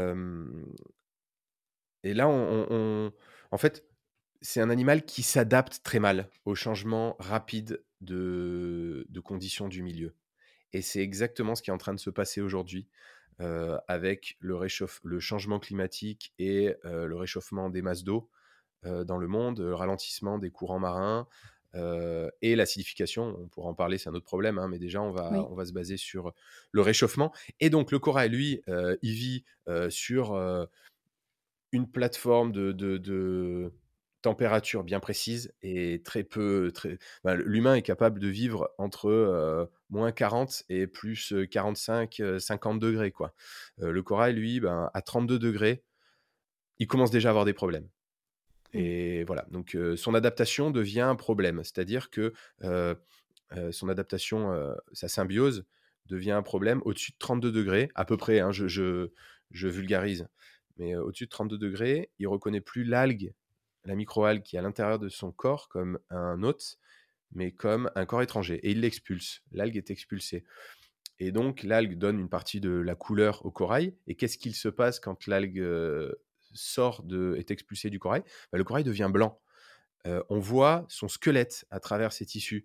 et là, en fait, c'est un animal qui s'adapte très mal aux changements rapides de conditions du milieu et c'est exactement ce qui est en train de se passer aujourd'hui, avec le changement climatique et le réchauffement des masses d'eau, dans le monde, le ralentissement des courants marins, et l'acidification. On pourra en parler, c'est un autre problème, hein, mais déjà on va Oui. on va se baser sur le réchauffement et donc le corail, lui, il vit, sur, une plateforme de température bien précise et très peu l'humain est capable de vivre entre, -40 et plus, 45, 50 degrés, quoi. Le corail, lui, à 32 degrés, il commence déjà à avoir des problèmes Hmm. et voilà, donc son adaptation devient un problème. C'est-à-dire que, son adaptation, sa symbiose devient un problème au-dessus de 32 degrés à peu près, hein, je vulgarise, mais au-dessus de 32 degrés, il reconnaît plus l'algue, la microalgue qui est à l'intérieur de son corps comme un hôte, mais comme un corps étranger et il l'expulse. L'algue est expulsée et donc l'algue donne une partie de la couleur au corail et qu'est-ce qu'il se passe quand l'algue, est expulsée du corail? Le corail devient blanc. On voit son squelette à travers ses tissus.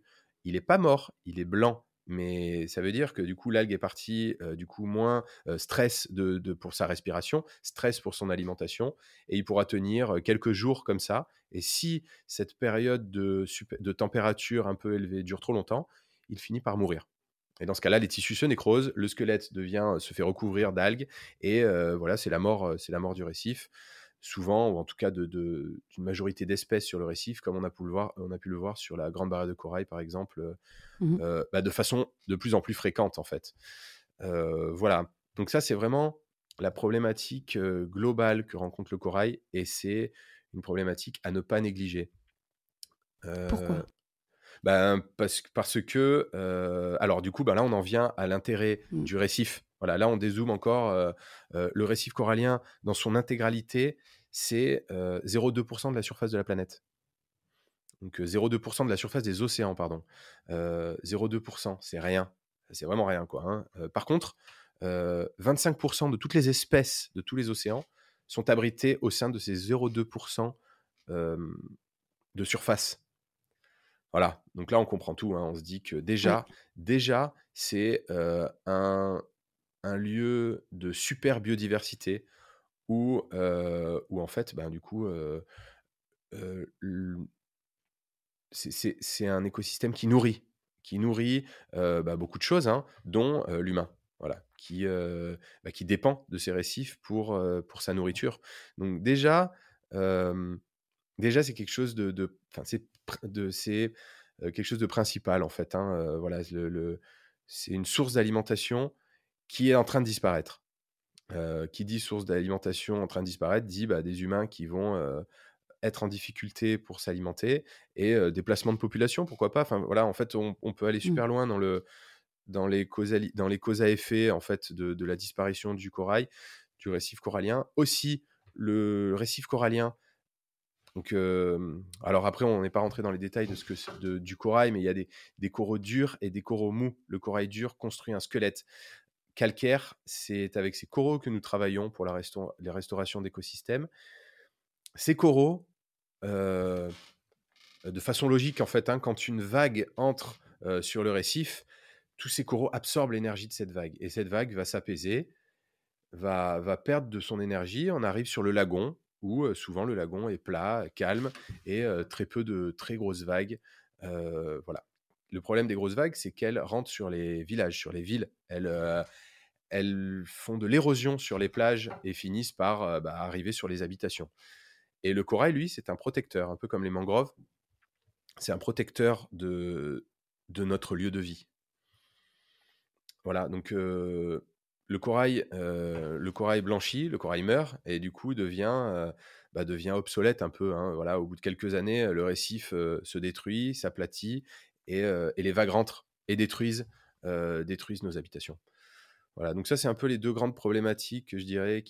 il est pas mort, il est blanc. Mais ça veut dire que du coup, l'algue est partie, du coup, moins stress pour sa respiration, stress pour son alimentation, et il pourra tenir quelques jours comme ça. Et si cette période de température un peu élevée dure trop longtemps, il finit par mourir. Et dans ce cas-là, les tissus se nécrosent, le squelette se fait recouvrir d'algues, et voilà, c'est la mort du récif, souvent, ou en tout cas d'une majorité d'espèces sur le récif, comme on a pu le voir sur la Grande Barrière de Corail, par exemple, Mhm. de façon de plus en plus fréquente, en fait. Voilà. Donc ça, c'est vraiment la problématique globale que rencontre le corail, et c'est une problématique à ne pas négliger. Pourquoi? Euh, parce que, alors du coup, là, on en vient à l'intérêt Mm. du récif. Voilà, là, on dézoome encore. Le récif corallien, dans son intégralité, c'est 0,2% de la surface de la planète. Donc 0,2% de la surface des océans, pardon. 0,2%, c'est rien. C'est vraiment rien, quoi. Hein. Par contre, 25% de toutes les espèces de tous les océans sont abritées au sein de ces 0,2% de surface. Voilà, donc là on comprend tout, hein. On se dit que Ouais. déjà c'est un lieu de super biodiversité où en fait, ben, du coup, c'est un écosystème qui nourrit beaucoup de choses, hein, dont l'humain, voilà, qui dépend de ces récifs pour sa nourriture. Donc déjà, c'est quelque chose enfin, c'est quelque chose de principal, en fait, hein, voilà, c'est une source d'alimentation qui est en train de disparaître. Qui dit source d'alimentation en train de disparaître, dit, des humains qui vont, être en difficulté pour s'alimenter, et déplacement de population, pourquoi pas? Enfin, voilà, en fait, on peut aller Mm. super loin dans les causes à effet, en fait, de la disparition du corail, du récif corallien. Aussi, le récif corallien. Donc, alors après, on n'est pas rentré dans les détails du corail, mais il y a des coraux durs et des coraux mous. Le corail dur construit un squelette calcaire. C'est avec ces coraux que nous travaillons pour les restaurations d'écosystèmes. Ces coraux, euh, de façon logique, en fait, hein, quand une vague entre sur le récif, tous ces coraux absorbent l'énergie de cette vague. Et cette vague va s'apaiser, va perdre de son énergie. On arrive sur le lagon, où souvent le lagon est plat, calme, et très peu de très grosses vagues. Voilà. Le problème des grosses vagues, c'est qu'elles rentrent sur les villages, sur les villes. Elles font de l'érosion sur les plages et finissent par arriver sur les habitations. Et le corail, lui, c'est un protecteur, un peu comme les mangroves. C'est un protecteur de notre lieu de vie. Voilà, donc le corail blanchit, le corail meurt, et du coup devient obsolète un peu, hein. Voilà, au bout de quelques années, le récif se détruit, s'aplatit, et les vagues rentrent et détruisent nos habitations. Voilà, donc ça, c'est un peu les deux grandes problématiques que je dirais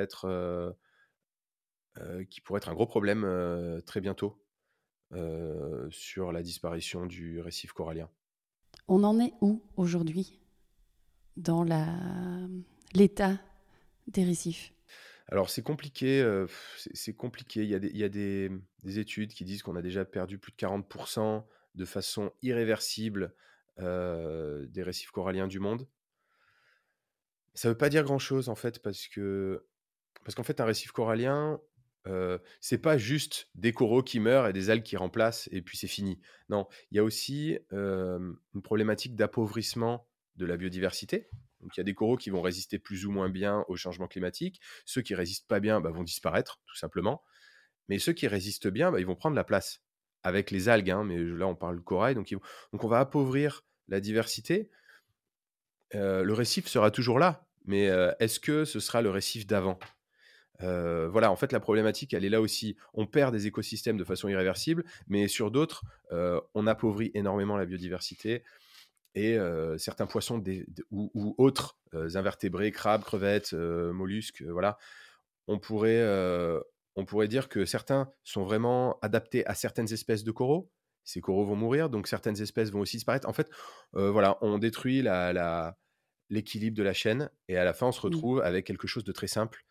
qui pourraient être un gros problème très bientôt sur la disparition du récif corallien. On en est où aujourd'hui dans l'état des récifs? Alors c'est compliqué, c'est compliqué. Il y a des études qui disent qu'on a déjà perdu plus de 40% de façon irréversible, des récifs coralliens du monde. Ça veut pas dire grand-chose, en fait, parce qu'en fait, un récif corallien, c'est pas juste des coraux qui meurent et des algues qui remplacent, et puis c'est fini. Non, il y a aussi, une problématique d'appauvrissement de la biodiversité. Donc il y a des coraux qui vont résister plus ou moins bien au changement climatique. Ceux qui résistent pas bien, vont disparaître, tout simplement. Mais ceux qui résistent bien, ils vont prendre la place avec les algues, hein, mais là, on parle de corail, donc on va appauvrir la diversité. Le récif sera toujours là, mais est-ce que ce sera le récif d'avant? Voilà, en fait, la problématique, elle est là aussi. On perd des écosystèmes de façon irréversible, mais sur d'autres, on appauvrit énormément la biodiversité, et certains poissons ou autres invertébrés, crabes, crevettes, mollusques, voilà, on pourrait, on pourrait dire que certains sont vraiment adaptés à certaines espèces de coraux. Ces coraux vont mourir, donc certaines espèces vont aussi disparaître. En fait, voilà, on détruit l'équilibre de la chaîne, et à la fin, on se Mm. retrouve avec quelque chose de très simple,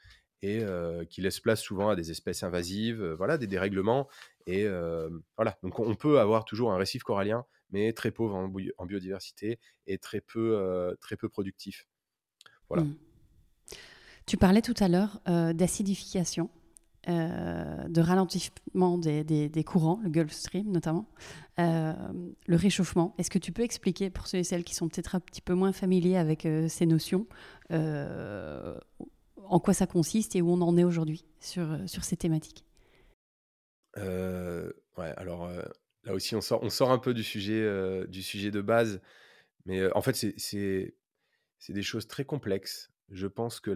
et qui laisse place souvent à des espèces invasives, voilà, des dérèglements. Et voilà, donc on peut avoir toujours un récif corallien, mais très pauvre en biodiversité et très peu productif. Voilà. Hmm. Tu parlais tout à l'heure d'acidification, de ralentissement des courants, le Gulf Stream notamment, euh, le réchauffement. Est-ce que tu peux expliquer pour ceux et celles qui sont peut-être un petit peu moins familiers avec ces notions, euh, en quoi ça consiste et où on en est aujourd'hui sur ces thématiques? Ouais, alors là aussi, on sort un peu du sujet de base, mais en fait, c'est des choses très complexes. Je pense que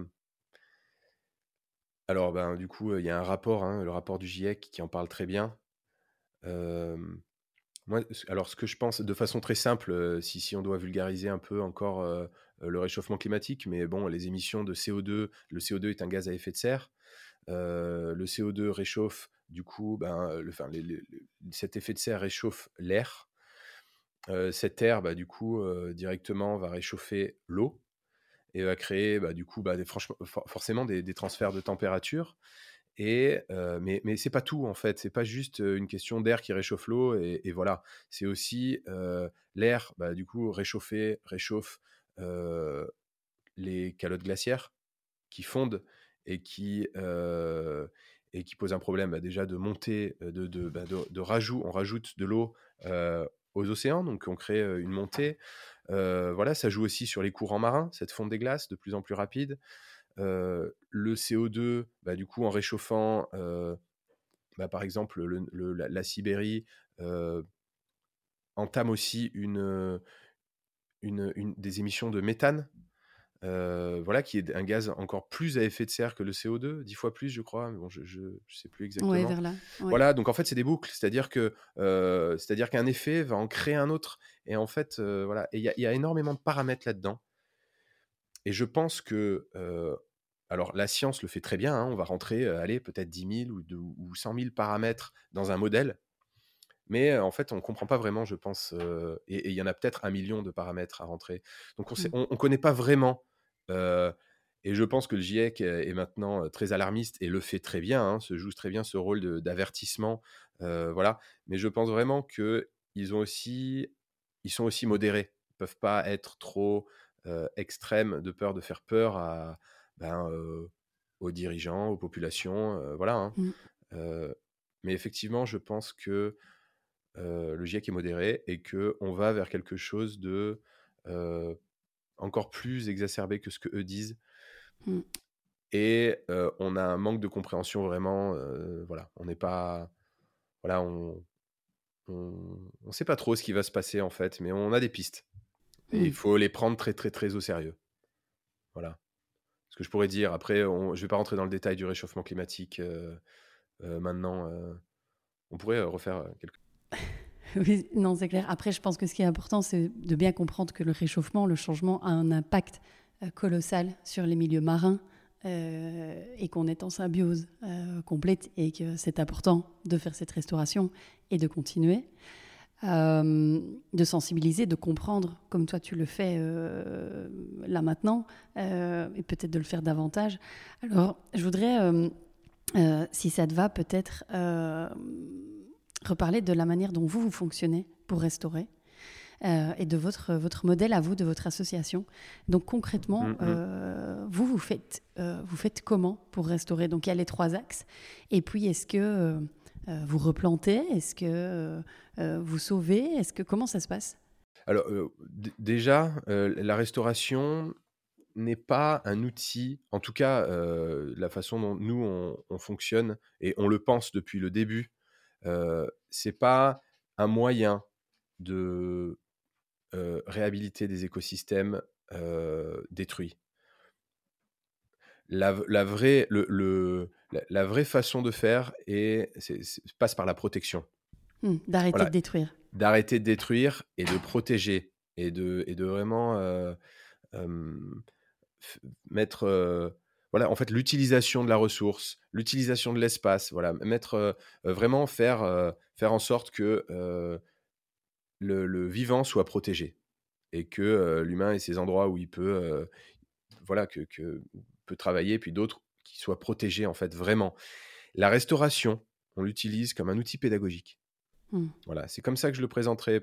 alors, ben, du coup, il y a un rapport, hein, le rapport du GIEC qui en parle très bien. Hem, Moi, alors ce que je pense de façon très simple, si on doit vulgariser un peu encore, le réchauffement climatique, mais bon, les émissions de CO2, le CO2 est un gaz à effet de serre. Le CO2 réchauffe, du coup, ben, cet effet de serre réchauffe l'air. Cet air, bah, du coup, directement va réchauffer l'eau et va créer, bah, du coup, bah, forcément des transferts de température. Et mais c'est pas tout, en fait. C'est pas juste, une question d'air qui réchauffe l'eau et voilà. C'est aussi, l'air, bah, du coup, réchauffe, heu, les calottes glaciaires qui fondent et qui posent un problème, bah, déjà de montée, de rajout. On rajoute de l'eau, aux océans, donc on crée, une montée. Voilà, ça joue aussi sur les courants marins, cette fonte des glaces de plus en plus rapide. Le CO2, bah, du coup, en réchauffant, bah, par exemple, la Sibérie, heu, entame aussi des émissions de méthane, voilà, qui est un gaz encore plus à effet de serre que le CO2, 10 fois plus, je crois, mais bon, je sais plus Ouais, exactement. vers là. Ouais. Voilà, donc en fait, c'est des boucles, c'est-à-dire qu'un effet va en créer un autre et en fait, voilà, et il y a énormément de paramètres là-dedans. Et je pense que, alors la science le fait très bien, hein, on va rentrer, allez, peut-être 10 000 ou 100 000 paramètres dans un modèle, mais en fait, on ne comprend pas vraiment, je pense, et il y en a peut-être 1 million de paramètres à rentrer. Donc Mm. on connaît pas vraiment, heu et je pense que le GIEC est maintenant, très alarmiste et le fait très bien, hein, se joue très bien ce rôle d'avertissement, voilà. Mais je pense vraiment ils sont aussi modérés. Ils peuvent pas être trop, extrêmes de peur de faire peur ben, aux dirigeants, aux populations, voilà, hein. Mm. Heu, mais effectivement, je pense que le GIEC est modéré et qu'on va vers quelque chose de euh, encore plus exacerbé que ce que eux disent. Mm. Et on a un manque de compréhension vraiment. Voilà, on n'est pas. Voilà, on sait pas trop ce qui va se passer en fait, mais on a des pistes. Et il Mm. faut les prendre très, très, très au sérieux. Voilà. Ce que je pourrais dire. Après, je vais pas rentrer dans le détail du réchauffement climatique maintenant. On pourrait refaire quelques. Oui, non, c'est clair. Après, je pense que ce qui est important, c'est de bien comprendre que le réchauffement, le changement a un impact colossal sur les milieux marins et qu'on est en symbiose complète et que c'est important de faire cette restauration et de continuer. De sensibiliser, de comprendre, comme toi tu le fais là maintenant, et peut-être de le faire davantage. Alors, je voudrais, si ça te va, peut-être reparler de la manière dont vous fonctionnez pour restaurer et de votre modèle à vous, de votre association. Donc concrètement, Mm, vous faites comment pour restaurer? Donc il y a les 3 axes. Et puis est-ce que vous replantez? Est-ce que vous sauvez? Comment ça se passe? Alors, déjà, la restauration n'est pas un outil, en tout cas, la façon dont nous on fonctionne et on le pense depuis le début, c'est pas un moyen de, réhabiliter des écosystèmes, détruits. La vraie la vraie façon de faire passe par la protection. D'arrêter de Voilà, détruire. d'arrêter de détruire et de protéger et de vraiment, hem mettre, voilà, en fait, l'utilisation de la ressource, l'utilisation de l'espace, voilà, mettre, vraiment faire en sorte que, le vivant soit protégé et que, l'humain ait ses endroits où il peut, voilà, que peut travailler, puis d'autres qui soit protégé, en fait, vraiment. La restauration, on l'utilise comme un outil pédagogique. Mmh. Voilà, c'est comme ça que je le présenterai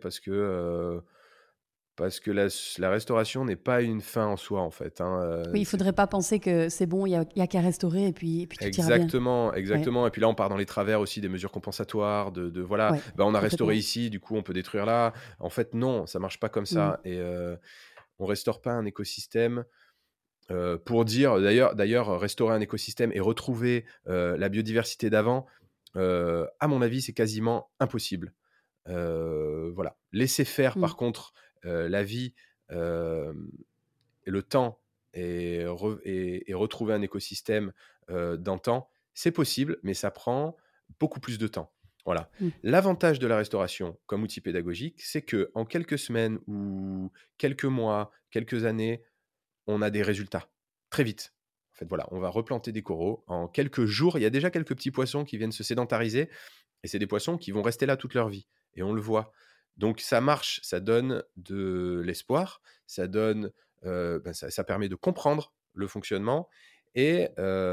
parce que la restauration n'est pas une fin en soi, en fait, hein, Oui, il c'est faudrait pas penser que c'est bon, il y a qu'à restaurer et puis tout ira bien. exactement, Ouais, exactement et puis là, on part dans les travers aussi des mesures compensatoires, voilà, ouais, bah, on a restauré complètement. ici, du coup, on peut détruire là. En fait, non, ça marche pas comme Mmh. ça et on restaure pas un écosystème, pour dire d'ailleurs, restaurer un écosystème et retrouver, la biodiversité d'avant, à mon avis, c'est quasiment impossible. Voilà. Laisser faire Mmh. par contre, la vie, hem et le temps et retrouver un écosystème, d'antan, c'est possible, mais ça prend beaucoup plus de temps. Voilà. Mmh. L'avantage de la restauration comme outil pédagogique, c'est que en quelques semaines ou quelques mois, quelques années, on a des résultats, très vite. En fait, voilà, on va replanter des coraux. En quelques jours, il y a déjà quelques petits poissons qui viennent se sédentariser et c'est des poissons qui vont rester là toute leur vie et on le voit. Donc ça marche, ça donne de l'espoir, ça donne, ça permet de comprendre le fonctionnement et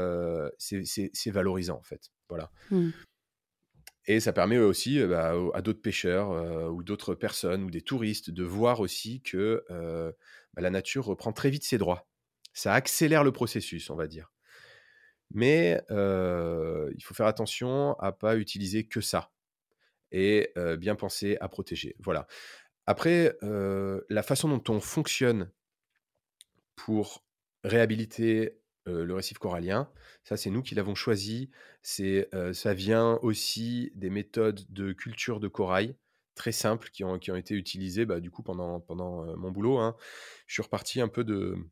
c'est valorisant, en fait. Voilà Mmh. et ça permet aussi, à d'autres pêcheurs, ou d'autres personnes ou des touristes de voir aussi que, la nature reprend très vite ses droits. Ça accélère le processus, on va dire. Mais il faut faire attention à pas utiliser que ça et bien penser à protéger. Voilà. Après, la façon dont on fonctionne pour réhabiliter, le récif corallien, ça, c'est nous qui l'avons choisi. Ça vient aussi des méthodes de culture de corail très simples qui ont été utilisées, du coup, pendant, mon boulot, hein. Je suis reparti un peu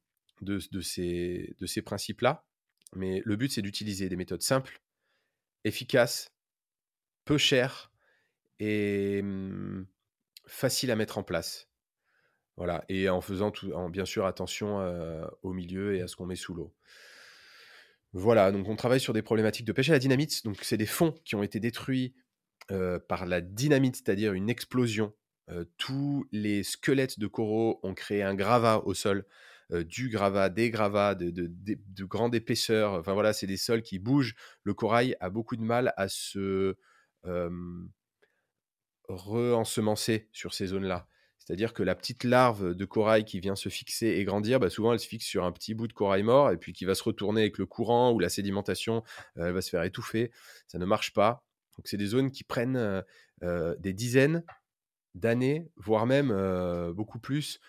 de ces principes-là, mais le but, c'est d'utiliser des méthodes simples, efficaces, peu chères et faciles à mettre en place. Voilà et en bien sûr attention, au milieu et à ce qu'on met sous l'eau. Voilà, donc on travaille sur des problématiques de pêche à la dynamite, donc c'est des fonds qui ont été détruits, par la dynamite, c'est-à-dire une explosion. Tous les squelettes de coraux ont créé un gravat au sol, du gravat, des gravats de grande épaisseur, enfin voilà, c'est des sols qui bougent. Le corail a beaucoup de mal à se, hem re-ensemencer sur ces zones-là. C'est-à-dire que la petite larve de corail qui vient se fixer et grandir, souvent elle se fixe sur un petit bout de corail mort et puis qui va se retourner avec le courant ou la sédimentation, elle va se faire étouffer. Ça ne marche pas. Donc c'est des zones qui prennent, des dizaines d'années, voire même, beaucoup plus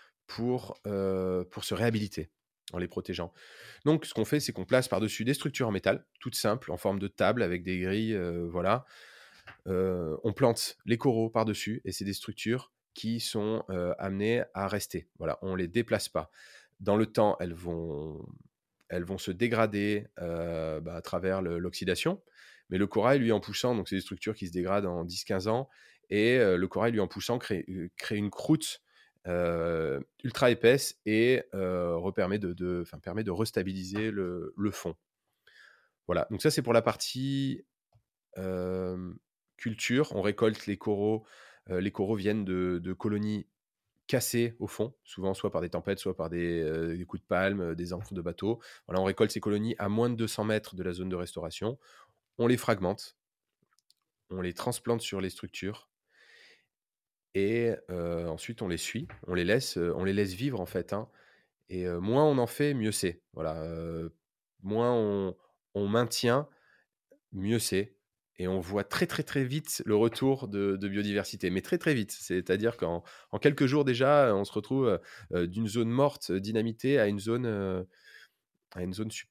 pour se réhabiliter en les protégeant. Donc ce qu'on fait, c'est qu'on place par-dessus des structures en métal, toutes simples, en forme de table avec des grilles, voilà. On plante les coraux par-dessus et c'est des structures qui sont, amenées à rester. Voilà, on les déplace pas. Dans le temps, elles vont se dégrader, à travers l'oxydation, mais le corail, lui, en poussant, donc c'est des structures qui se dégradent en 10-15 ans et le corail, lui, en poussant, crée une croûte, ultra épaisse et permet de restabiliser le fond. Voilà, donc ça, c'est pour la partie Hem, culture, on récolte les coraux viennent de colonies cassées au fond, souvent soit par des tempêtes, soit par des coups de palme, des ancres de bateaux. Voilà, on récolte ces colonies à moins de 200 mètres de la zone de restauration. On les fragmente, on les transplante sur les structures et ensuite on les suit, on les laisse vivre en fait, hein et moins on en fait, mieux c'est. Voilà, moins on maintient, mieux c'est et on voit très, très, très vite le retour de biodiversité, mais très, très vite. C'est-à-dire qu'en quelques jours déjà, on se retrouve, d'une zone morte, dynamitée à une zone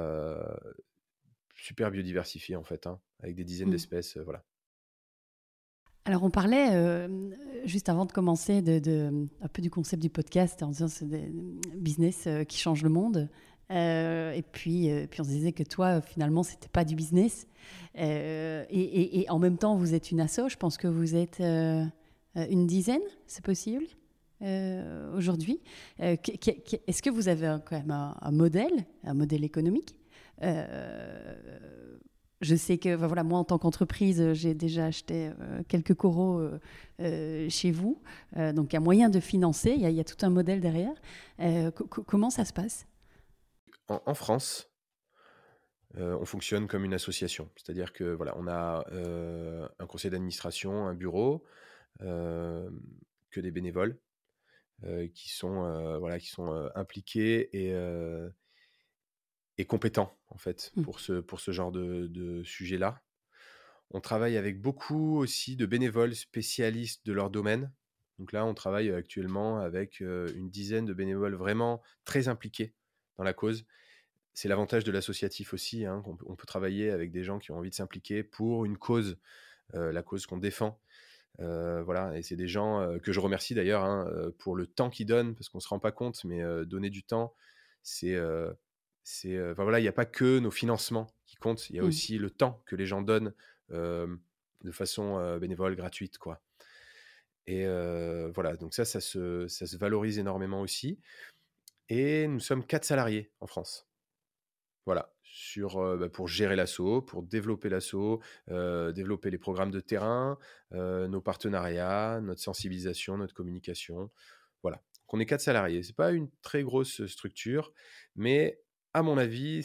super biodiversifiée en fait, hein, avec des dizaines Mmh. d'espèces, voilà. Alors on parlait, juste avant de commencer un peu du concept du podcast en disant c'est des business, qui changent le monde. Et puis on se disait que toi, finalement, c'était pas du business. Et en même temps, vous êtes une asso, je pense que vous êtes, une dizaine, c'est possible, aujourd'hui? Est-ce que vous avez quand même un modèle économique? Je sais que voilà, moi, en tant qu'entreprise, j'ai déjà acheté quelques coraux chez vous. Donc, il y a moyen de financer, il y a tout un modèle derrière. Comment ça se passe? En France, On fonctionne comme une association. C'est-à-dire que voilà, on a, un conseil d'administration, un bureau, hem, que des bénévoles, voilà, qui sont, impliqués et compétents, en fait, Mmh. pour ce genre de sujet-là. On travaille avec beaucoup aussi de bénévoles spécialistes de leur domaine. Donc là, on travaille actuellement avec, une dizaine de bénévoles vraiment très impliqués dans la cause. C'est l'avantage de l'associatif aussi, hein, on peut travailler avec des gens qui ont envie de s'impliquer pour une cause, la cause qu'on défend. Voilà, et c'est des gens, que je remercie d'ailleurs, hein, pour le temps qu'ils donnent parce qu'on se rend pas compte, mais donner du temps, c'est, enfin voilà, il y a pas que nos financements qui comptent, il y a Mmh. aussi le temps que les gens donnent, hem, de façon, bénévole, gratuite, quoi. Et voilà, donc ça se valorise énormément aussi, et nous sommes 4 salariés en France. Voilà, pour gérer l'asso, pour développer l'asso, développer les programmes de terrain, nos partenariats, notre sensibilisation, notre communication. Voilà. Donc on est 4 salariés. C'est pas une très grosse structure, mais à mon avis,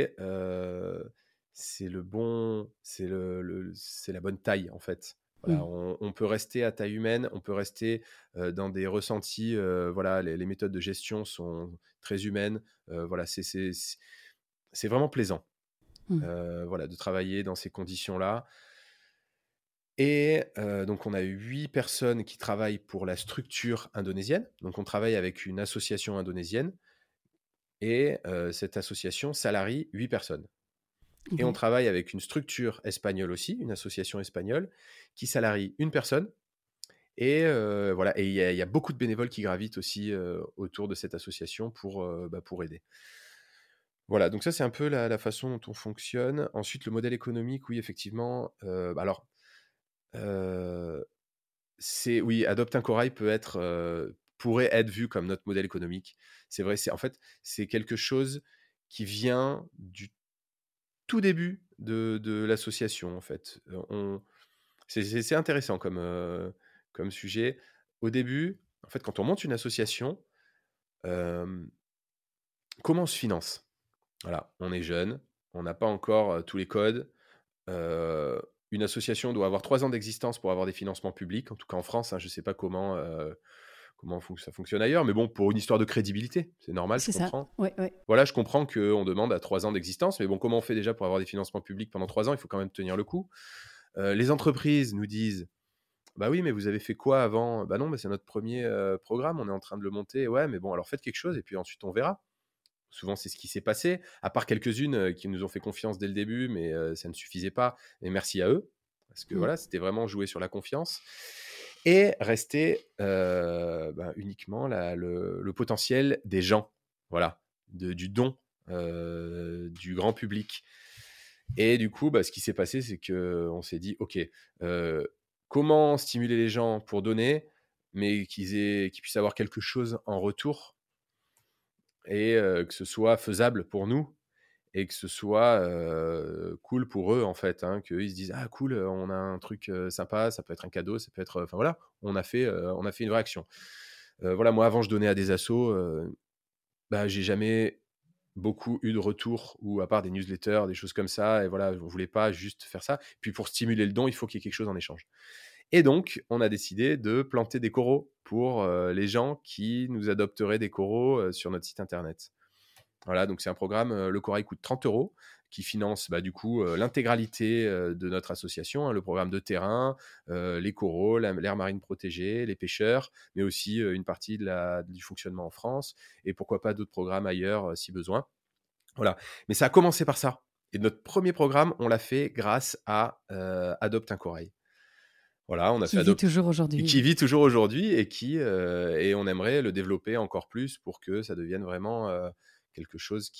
c'est c'est la bonne taille, en fait. Voilà, Mmh. on peut rester à taille humaine, on peut rester, dans des ressentis, voilà, les méthodes de gestion sont très humaines, voilà, c'est vraiment plaisant, Mmh. voilà, de travailler dans ces conditions-là. Et donc on a 8 personnes qui travaillent pour la structure indonésienne. Donc on travaille avec une association indonésienne, et cette association salarie 8 personnes. Et on OK. travaille avec une structure espagnole aussi, une association espagnole, qui salarie une personne. Et voilà, et il y a beaucoup de bénévoles qui gravitent aussi, autour de cette association pour aider. Voilà, donc ça, c'est un peu la façon dont on fonctionne. Ensuite, le modèle économique, oui, effectivement, alors, heu, oui, Adopte un corail pourrait être vu comme notre modèle économique. C'est vrai, en fait, c'est quelque chose qui vient du tout début de l'association, en fait. On c'est intéressant comme sujet. Au début, en fait, quand on monte une association, hem, comment on se finance? Voilà, on est jeune, on n'a pas encore, tous les codes. Heu, une association doit avoir 3 ans d'existence pour avoir des financements publics, en tout cas en France, hein. Je ne sais pas comment ça fonctionne ailleurs, mais bon, pour une histoire de crédibilité, c'est normal, je C'est ça. comprends. Ouais, ouais. Voilà, je comprends qu'on demande à 3 ans d'existence, mais bon, comment on fait déjà pour avoir des financements publics pendant 3 ans? Il faut quand même tenir le coup. Les entreprises nous disent: «Bah oui, mais vous avez fait quoi avant?» «Bah non, mais c'est notre premier programme, on est en train de le monter». «Ouais, mais bon, alors faites quelque chose et puis ensuite on verra». Souvent, c'est ce qui s'est passé, à part quelques-unes, qui nous ont fait confiance dès le début, mais ça ne suffisait pas, et merci à eux, parce que Mmh. voilà, c'était vraiment jouer sur la confiance, et rester, uniquement le potentiel des gens, voilà, du don, du grand public. Et du coup, ce qui s'est passé, c'est qu'on s'est dit: «OK, comment stimuler les gens pour donner, mais qu'ils puissent avoir quelque chose en retour, et que ce soit faisable pour nous, et que ce soit, cool pour eux, en fait, hein, qu'eux, ils se disent: «Ah cool, on a un truc, sympa», ça peut être un cadeau, ça peut être, enfin voilà, on a fait une vraie action. Voilà, moi avant je donnais à des assos, j'ai jamais beaucoup eu de retours, ou à part des newsletters, des choses comme ça, et voilà, on voulait pas juste faire ça. Puis pour stimuler le don, il faut qu'il y ait quelque chose en échange. Et donc on a décidé de planter des coraux pour, les gens qui nous adopteraient des coraux, sur notre site internet. Voilà, donc c'est un programme, le corail coûte 30 € qui finance, du coup, l'intégralité, de notre association, hein, le programme de terrain, les coraux, l'aire marine protégée, les pêcheurs, mais aussi, une partie du fonctionnement en France, et pourquoi pas d'autres programmes ailleurs, si besoin. Voilà, mais ça a commencé par ça, et notre premier programme, on l'a fait grâce à, Adopte un corail. Voilà, on a fait Qui vit Adopte, toujours aujourd'hui. qui vit toujours aujourd'hui, et on aimerait le développer encore plus pour que ça devienne vraiment, quelque chose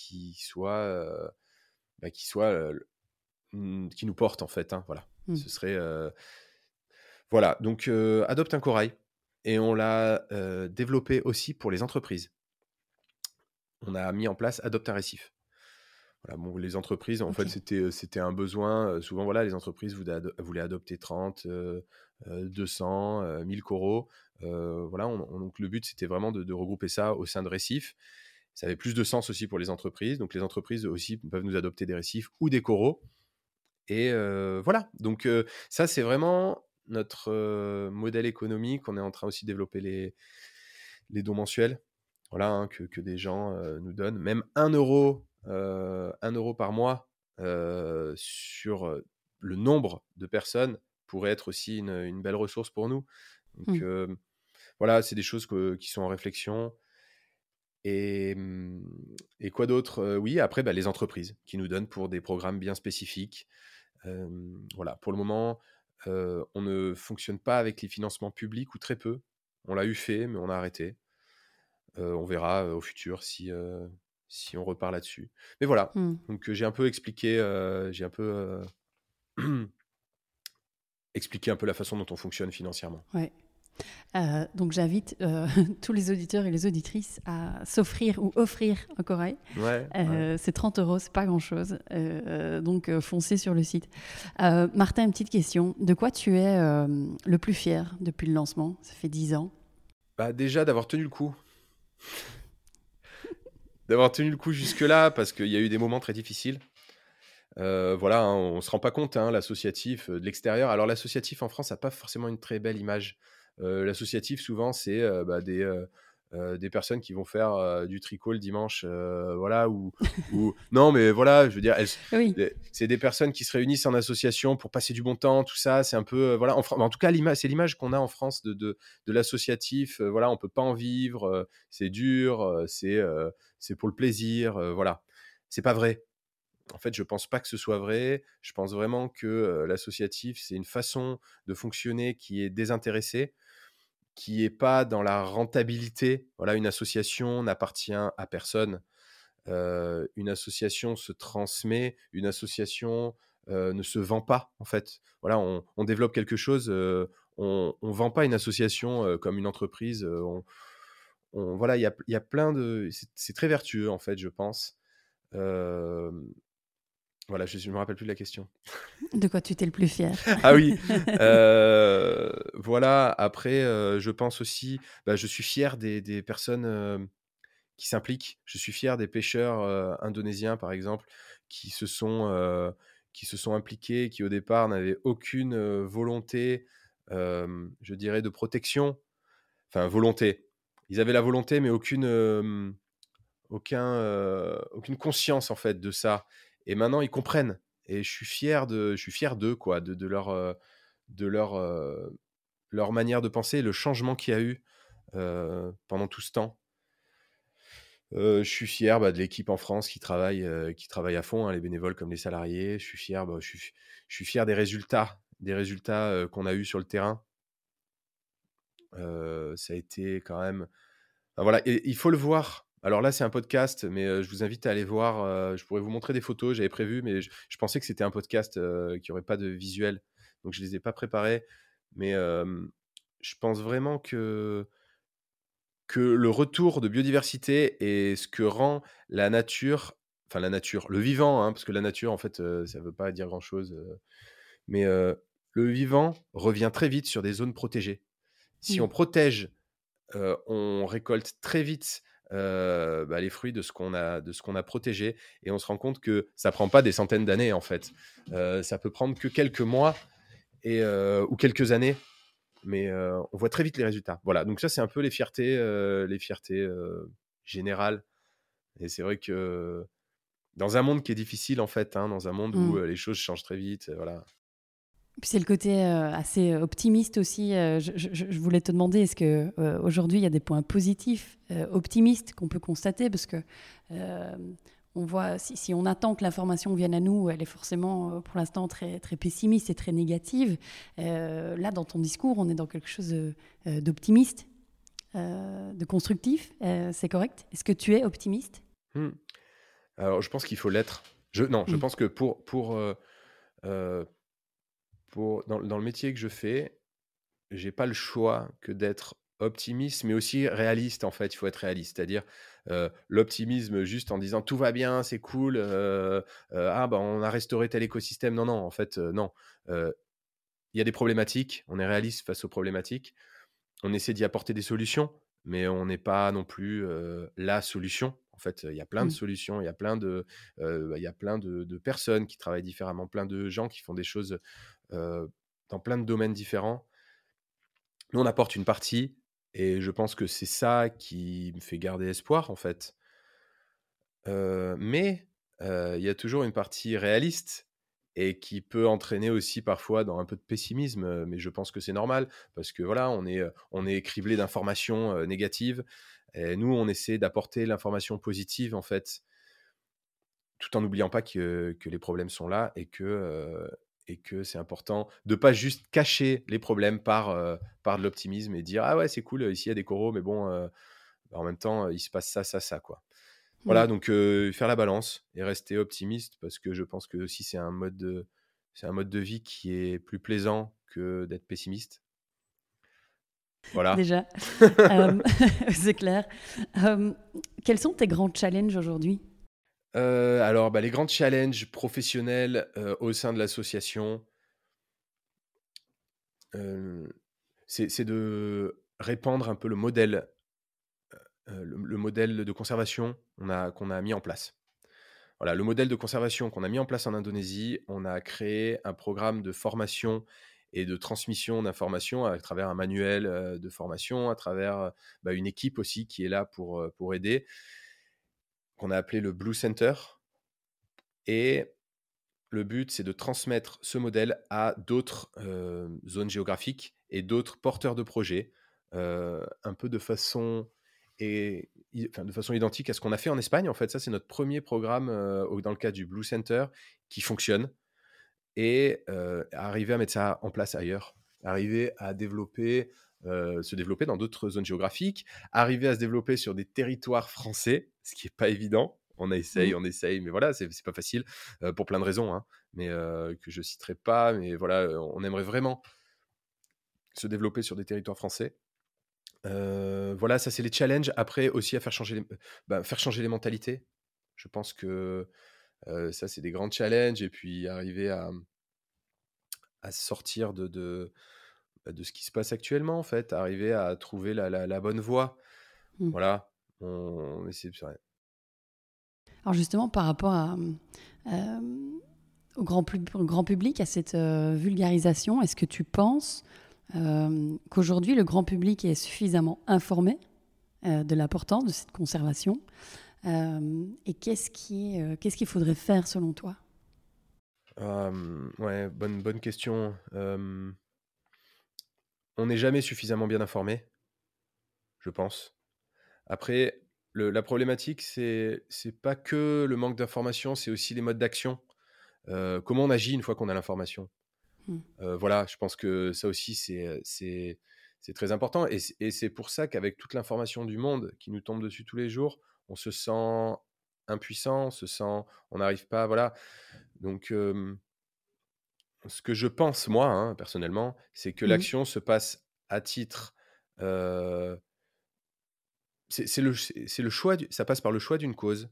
qui soit, qui nous porte, en fait, hein, voilà. Mmh. Ce serait, voilà, donc Adopte un corail, et on l'a, développé aussi pour les entreprises. On a mis en place Adopte un récif. Voilà, bon, les entreprises, en fait, OK. c'était un besoin, souvent, voilà, les entreprises voulaient adopter 30, 200, 1 000 coraux. Voilà, donc le but, c'était vraiment de regrouper ça au sein de Récif. Ça avait plus de sens aussi pour les entreprises. Donc, les entreprises aussi peuvent nous adopter des récifs ou des coraux. Et voilà. Donc, ça, c'est vraiment notre modèle économique. On est en train aussi de développer les dons mensuels. Voilà, hein, que des gens nous donnent. Même 1 euro, 1 euro par mois sur le nombre de personnes pourrait être aussi une belle ressource pour nous. Donc, Mm. voilà, c'est des choses qui sont en réflexion. Et, et quoi d'autre? Oui, après, les entreprises qui nous donnent pour des programmes bien spécifiques. Voilà, pour le moment, on ne fonctionne pas avec les financements publics ou très peu. On l'a eu fait, mais on a arrêté. On verra au futur si on repart là-dessus. Mais voilà, Mm. donc j'ai un peu expliqué, expliqué un peu la façon dont on fonctionne financièrement. Ouais. Donc j'invite tous les auditeurs et les auditrices à s'offrir ou offrir un corail. Ouais, ouais. C'est 30 €, c'est pas grand-chose. Donc foncez sur le site. Martin, une petite question. De quoi tu es le plus fier depuis le lancement? Ça fait 10 ans. Déjà d'avoir tenu le coup. D'avoir tenu le coup jusque-là, parce qu'il y a eu des moments très difficiles. Voilà, hein, on se rend pas compte, hein, l'associatif de l'extérieur. Alors l'associatif en France n'a pas forcément une très belle image. L'associatif souvent c'est des personnes qui vont faire du tricot le dimanche, voilà, ou non mais voilà, je veux dire, Oui. c'est des personnes qui se réunissent en association pour passer du bon temps, tout ça, c'est un peu voilà. En tout cas c'est l'image qu'on a en France de l'associatif. Voilà, on peut pas en vivre, c'est dur, c'est pour le plaisir, voilà. C'est pas vrai. En fait, je pense pas que ce soit vrai. Je pense vraiment que l'associatif, c'est une façon de fonctionner qui est désintéressée, qui est pas dans la rentabilité. Voilà, une association n'appartient à personne. Une association se transmet. Une association ne se vend pas, en fait. Voilà, on développe quelque chose. On vend pas une association comme une entreprise. Voilà, il y a plein de. C'est très vertueux, en fait, je pense. Euh, voilà, je ne me rappelle plus de la question. De quoi tu t'es le plus fier? Ah oui, voilà. Après, je pense aussi, je suis fier des personnes qui s'impliquent. Je suis fier des pêcheurs indonésiens, par exemple, qui se sont, euh, qui se sont impliqués, qui au départ n'avaient aucune volonté, je dirais, de protection. Enfin, volonté. Ils avaient la volonté, mais aucune conscience en fait de ça. Et maintenant, ils comprennent. Et je suis fier d'eux, quoi, de leur manière de penser, le changement qu'il y a eu pendant tout ce temps. Je suis fier de l'équipe en France qui travaille à fond, hein, les bénévoles comme les salariés. Je suis fier, je suis fier des résultats qu'on a eus sur le terrain. Ça a été quand même. Enfin, voilà, et il faut le voir. Alors là, c'est un podcast, mais je vous invite à aller voir. Je pourrais vous montrer des photos, j'avais prévu, mais je pensais que c'était un podcast qui n'aurait pas de visuel, donc je ne les ai pas préparés. Mais je pense vraiment que le retour de biodiversité et ce que rend la nature, enfin la nature, le vivant, hein, parce que la nature, en fait, ça ne veut pas dire grand-chose, mais le vivant revient très vite sur des zones protégées. Si Mm. on protège, on récolte très vite les fruits de ce qu'on a protégé, et on se rend compte que ça prend pas des centaines d'années en fait. Ça peut prendre que quelques mois ou quelques années, mais on voit très vite les résultats. Voilà, donc ça c'est un peu les fiertés générales. Et c'est vrai que dans un monde qui est difficile en fait, hein, dans un monde où Mm. les choses changent très vite, voilà. Puis c'est le côté assez optimiste aussi. Je voulais te demander, est-ce que aujourd'hui il y a des points positifs, optimistes qu'on peut constater, parce que euh, on voit si on attend que l'information vienne à nous, elle est forcément pour l'instant très très pessimiste et très négative. Là, dans ton discours, on est dans quelque chose d'optimiste, de constructif. C'est correct? Est-ce que tu es optimiste? Hmm. Alors je pense qu'il faut l'être. Je Mm. pense que euh, dans le métier que je fais, j'ai pas le choix que d'être optimiste, mais aussi réaliste, en fait. Il faut être réaliste, c'est-à-dire l'optimisme juste en disant tout va bien, c'est cool, on a restauré tel écosystème. Non, non, en fait, non. Euh, Il y a des problématiques, on est réaliste face aux problématiques, on essaie d'y apporter des solutions, mais on n'est pas non plus la solution. fait, il y a plein de Mmh. solutions, il y a plein de personnes qui travaillent différemment, plein de gens qui font des choses, dans plein de domaines différents. Nous, on apporte une partie et je pense que c'est ça qui me fait garder espoir, en fait. Mais il y a toujours une partie réaliste et qui peut entraîner aussi parfois dans un peu de pessimisme, mais je pense que c'est normal parce que voilà, on est criblé d'informations, négatives et nous, on essaie d'apporter l'information positive, en fait, tout en n'oubliant pas que les problèmes sont là et que c'est important de pas juste cacher les problèmes par de l'optimisme et dire: «Ah ouais, c'est cool, ici il y a des coraux, mais bon, bah, en même temps, il se passe ça, ça, ça, quoi». Mmh. Voilà, donc faire la balance et rester optimiste parce que je pense que aussi c'est un mode de vie qui est plus plaisant que d'être pessimiste. Voilà. Déjà, hem, c'est clair. Hem, Quels sont tes grands challenges aujourd'hui? Alors, bah, les grands challenges professionnels, au sein de l'association, heu, c'est de répandre un peu le modèle de conservation qu'on a mis en place. Voilà, le modèle de conservation qu'on a mis en place en Indonésie, on a créé un programme de formation et de transmission d'informations à travers un manuel, de formation, à travers, bah, une équipe aussi qui est là pour aider, qu'on a appelé le Blue Center et le but, c'est de transmettre ce modèle à d'autres, zones géographiques et d'autres porteurs de projets, un peu de façon de façon identique à ce qu'on a fait en Espagne. En fait, ça, c'est notre premier programme, dans le cadre du Blue Center qui fonctionne et arriver à mettre ça en place ailleurs. Arriver à développer, se développer dans d'autres zones géographiques, arriver à se développer sur des territoires français, ce qui est pas évident. Mmh. On essaye, mais voilà, c'est pas facile, pour plein de raisons, hein, mais que je citerai pas, mais voilà, on aimerait vraiment se développer sur des territoires français. Voilà, ça, c'est les challenges. Après aussi à faire changer les mentalités. Je pense que, ça, c'est des grands challenges et puis arriver à sortir de ce qui se passe actuellement, en fait, arriver à trouver la bonne voie. Mmh. Voilà, on essaie ouais. Alors justement par rapport à, au grand public, à cette, vulgarisation, est-ce que tu penses, qu'aujourd'hui le grand public est suffisamment informé, de l'importance de cette conservation? Et qu'est-ce qu'il faudrait faire selon toi? Ouais, bonne question. On n'est jamais suffisamment bien informé, je pense. Après, la problématique, c'est pas que le manque d'information, c'est aussi les modes d'action. Comment on agit une fois qu'on a l'information? Mmh. Voilà, je pense que ça aussi, c'est très important et c'est pour ça qu'avec toute l'information du monde qui nous tombe dessus tous les jours, on se sent impuissant, on n'arrive pas, voilà. Donc, ce que je pense moi, hein, personnellement, c'est que Mmh. l'action se passe à titre, heu, c'est le choix du ça passe par le choix d'une cause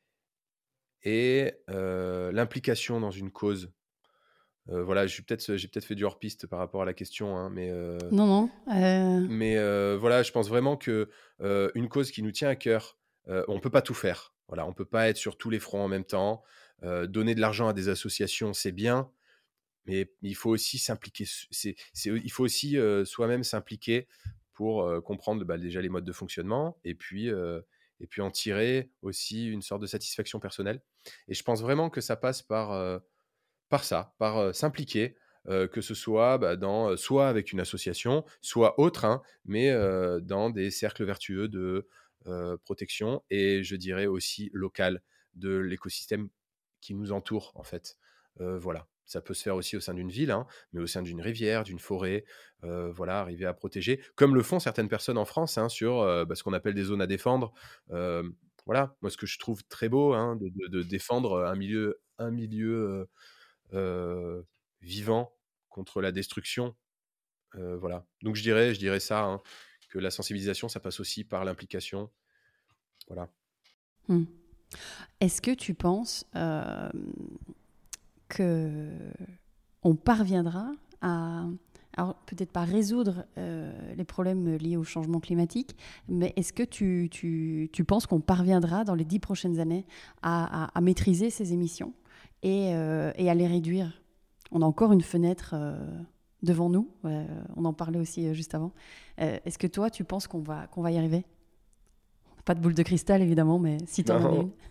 et l'implication dans une cause. Voilà, j'ai peut-être fait du hors piste par rapport à la question, hein, Non, non, voilà, je pense vraiment que, une cause qui nous tient à cœur, on peut pas tout faire. Voilà, on peut pas être sur tous les fronts en même temps. Donner de l'argent à des associations, c'est bien, mais il faut aussi s'impliquer il faut aussi, soi-même s'impliquer pour, comprendre, bah, déjà les modes de fonctionnement et puis en tirer aussi une sorte de satisfaction personnelle et je pense vraiment que ça passe par ça, par, s'impliquer, que ce soit, bah, soit avec une association, soit autre, hein, mais dans des cercles vertueux de, protection et je dirais aussi local, de l'écosystème qui nous entoure, en fait. Voilà. Ça peut se faire aussi au sein d'une ville, hein, mais au sein d'une rivière, d'une forêt, voilà, arriver à protéger, comme le font certaines personnes en France, hein, sur, bah, ce qu'on appelle des zones à défendre. Voilà, moi, ce que je trouve très beau, hein, de défendre, un milieu, heu, vivant contre la destruction, voilà. Donc je dirais ça, hein, que la sensibilisation, ça passe aussi par l'implication, voilà. mmh. Est-ce que tu penses, qu'on parviendra à alors peut-être pas résoudre les problèmes liés au changement climatique, mais est-ce que tu penses qu'on parviendra dans les 10 prochaines années à maîtriser ces émissions et à les réduire? On a encore une fenêtre devant nous, on en parlait aussi juste avant. Est-ce que toi, tu penses qu'on va y arriver? Pas de boule de cristal, évidemment, mais si tu en avais Non, une.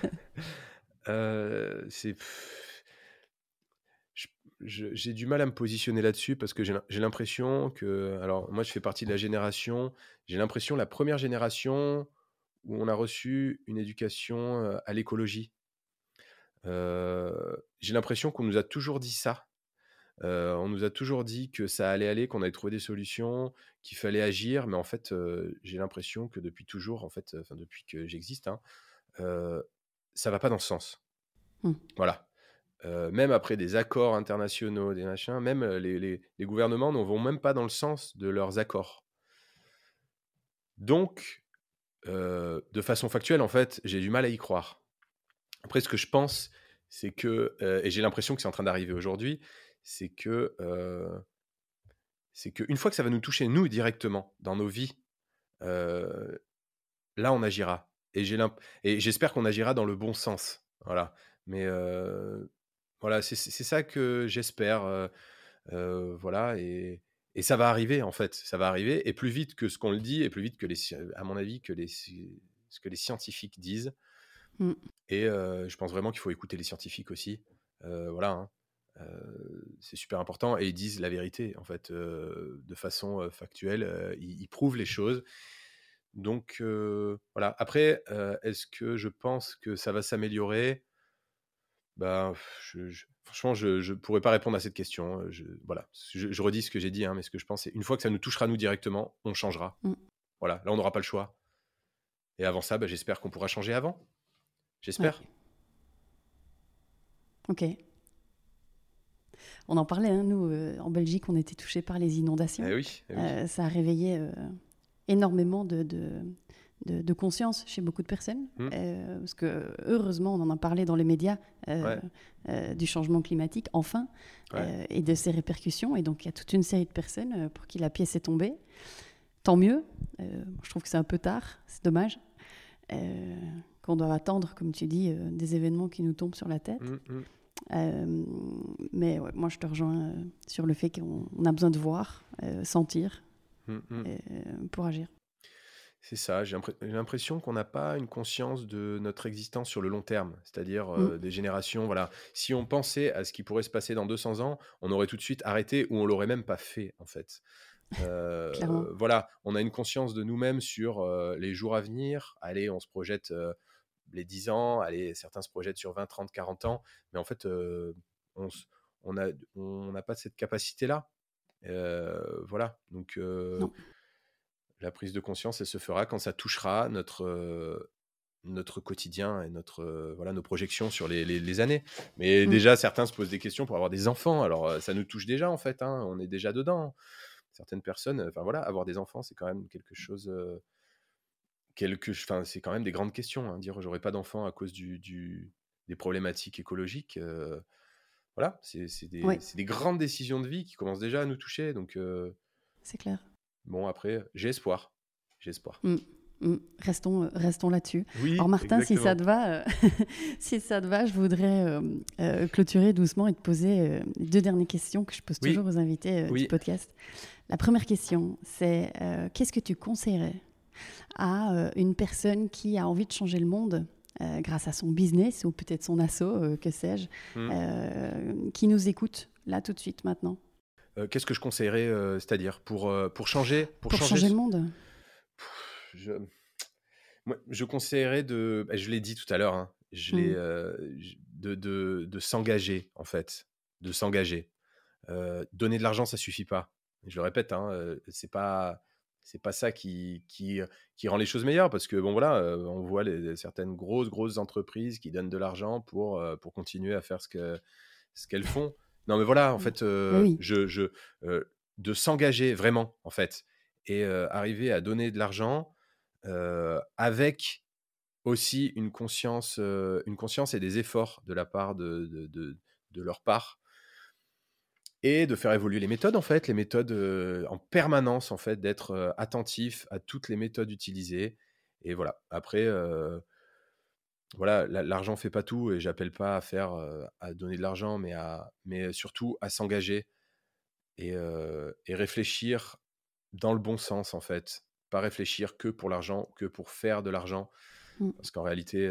c'est je j'ai du mal à me positionner là-dessus parce que j'ai l'impression que alors moi, je fais partie de la génération j'ai l'impression la première génération où on a reçu une éducation, à l'écologie. J'ai l'impression qu'on nous a toujours dit ça. On nous a toujours dit que ça allait aller, qu'on allait trouver des solutions, qu'il fallait agir, mais en fait, j'ai l'impression que depuis toujours, en fait, enfin depuis que j'existe, hein, heu, ça va pas dans ce sens. Hmm. Voilà. Même après des accords internationaux, des machins, même, les gouvernements ne vont même pas dans le sens de leurs accords. Donc, de façon factuelle, en fait, j'ai du mal à y croire. Après ce que je pense, c'est que, et j'ai l'impression que c'est en train d'arriver aujourd'hui, c'est que, c'est qu'une fois que ça va nous toucher nous directement dans nos vies, heu, là on agira et j'espère qu'on agira dans le bon sens, voilà. Mais, voilà, c'est ça que j'espère, voilà et ça va arriver en fait, ça va arriver et plus vite que ce qu'on le dit et plus vite que à mon avis que ce que les scientifiques disent Hmm. et je pense vraiment qu'il faut écouter les scientifiques aussi, voilà, hein. C'est super important et ils disent la vérité en fait, de façon, factuelle, ils prouvent les choses donc voilà. Après, est-ce que je pense que ça va s'améliorer? Bah, je franchement, je pourrais pas répondre à cette question, voilà. Je redis ce que j'ai dit, hein, mais ce que je pense, c'est une fois que ça nous touchera nous directement, on changera. Hmm. Voilà, là, on n'aura pas le choix et avant ça, bah, j'espère qu'on pourra changer avant. Ouais, J'espère. ok. On en parlait, hein, nous, en Belgique, on était touchés par les inondations. Eh oui, eh oui. Ça a réveillé énormément de conscience chez beaucoup de personnes. Mmh, Parce que, heureusement, on en a parlé dans les médias ouais, du changement climatique, enfin, ouais. et de ses répercussions. Et donc, il y a toute une série de personnes pour qui la pièce est tombée. Tant mieux. Je trouve que c'est un peu tard, c'est dommage. Euh, qu'on doit attendre, comme tu dis, des événements qui nous tombent sur la tête. Mmh, mmh, Euh, mais ouais, moi, je te rejoins sur le fait qu'on a besoin de voir, sentir mmh, mmh. euh, pour agir. C'est ça, j'ai l'impression qu'on n'a pas une conscience de notre existence sur le long terme, c'est-à-dire, Mm, des générations, voilà. Si on pensait à ce qui pourrait se passer dans 200 ans, on aurait tout de suite arrêté ou on l'aurait même pas fait, en fait. clairement. Voilà, on a une conscience de nous-mêmes sur, les jours à venir. Allez, on se projette, les 10 ans, allez, certains se projettent sur 20, 30, 40 ans, mais en fait, on s on n'a pas cette capacité-là. Voilà, donc Non. la prise de conscience, elle se fera quand ça touchera notre quotidien et voilà, nos projections sur les années. Mais Mm, déjà, certains se posent des questions pour avoir des enfants. Alors, ça nous touche déjà, en fait, hein, on est déjà dedans. Certaines personnes, enfin voilà, avoir des enfants, c'est quand même quelque chose, enfin, c'est quand même des grandes questions, hein. Dire: «J'aurai pas d'enfants à cause des problématiques écologiques», voilà, ouais, c'est des grandes décisions de vie qui commencent déjà à nous toucher donc c'est clair. bon après, j'ai espoir. J'ai espoir. Mm, restons là-dessus. Alors Oui, Martin, si ça exactement. te va, si ça te va, je voudrais clôturer doucement et te poser deux dernières questions que je pose toujours Oui, aux invités du oui. podcast. La première question, c'est qu'est-ce que tu conseillerais à une personne qui a envie de changer le monde grâce à son business ou peut-être son asso, que sais-je, Mmh. qui nous écoute là tout de suite maintenant Qu'est-ce que je conseillerais, c'est-à-dire pour pour changer changer le monde? je moi, je conseillerais je l'ai dit tout à l'heure, hein, je l'ai, Mm, j de s'engager, en fait, de s'engager. Donner de l'argent, ça suffit pas. Je le répète, hein, c'est pas ça qui rend les choses meilleures parce que bon, voilà, on voit certaines grosses entreprises qui donnent de l'argent pour continuer à faire ce qu'elles font. Non, mais voilà, en mm. fait, Mais oui, de s'engager vraiment, en fait et arriver à donner de l'argent, avec aussi une conscience et des efforts de la part de leur part et de faire évoluer les méthodes, en fait, en permanence, en fait, d'être attentif à toutes les méthodes utilisées. Et voilà. Après, voilà, l'argent fait pas tout, et j'appelle pas à donner de l'argent, mais surtout à s'engager et réfléchir dans le bon sens, en fait. Pas réfléchir que pour l'argent, que pour faire de l'argent, Mm. parce qu'en réalité,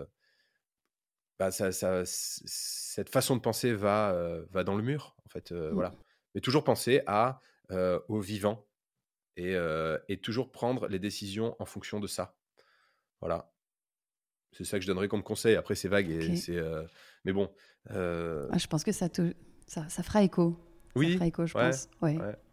bah, cette façon de penser va dans le mur, en fait, Mm. voilà. Mais toujours penser au vivant et toujours prendre les décisions en fonction de ça. Voilà. C'est ça que je donnerais comme conseil. Après, c'est vague Ok. mais bon. Ah, je pense que ça fera écho. Ça Oui, fera écho, je ouais, pense. Ouais. ouais.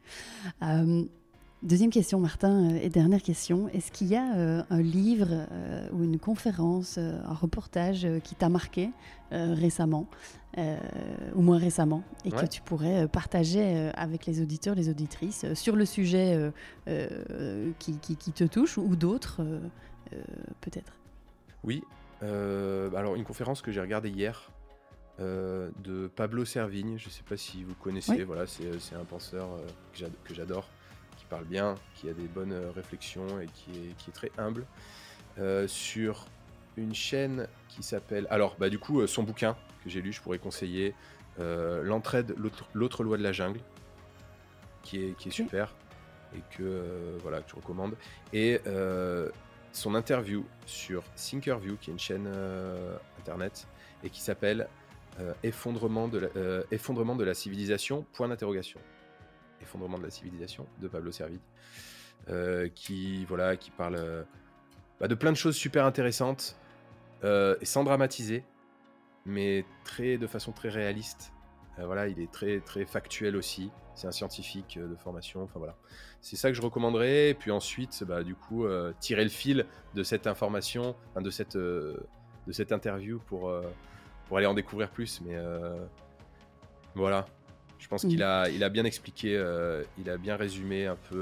Deuxième question, Martin, et dernière question. Est-ce qu'il y a un livre ou une conférence, un reportage qui t'a marqué récemment, ou moins récemment, et que Ouais. tu pourrais partager avec les auditeurs, les auditrices, sur le sujet qui te touche, ou d'autres, peut-être? Oui. Alors, une conférence que j'ai regardée hier, de Pablo Servigne. Je ne sais pas si vous Oui. connaissez. Voilà, c'est un penseur que j'adore, qui parle bien, qui a des bonnes réflexions et qui est très humble, sur une chaîne qui s'appelle... Alors, bah, du coup, son bouquin que j'ai lu, je pourrais conseiller, L'entraide, l'autre loi de la jungle, qui est Ok. super et voilà, que je recommande. Et son interview sur Thinkerview, qui est une chaîne internet, et qui s'appelle Effondrement de la civilisation, point d'interrogation. Effondrement de la civilisation, de Pablo Servigne, qui parle de plein de choses super intéressantes, et sans dramatiser, mais de façon très réaliste. Voilà, il est très, très factuel aussi. C'est un scientifique de formation. Enfin voilà, c'est ça que je recommanderais. Et puis ensuite, du coup, tirer le fil de cette information, enfin, de cette interview pour aller en découvrir plus. Mais voilà, je pense Mm. il a bien expliqué, il a bien résumé un peu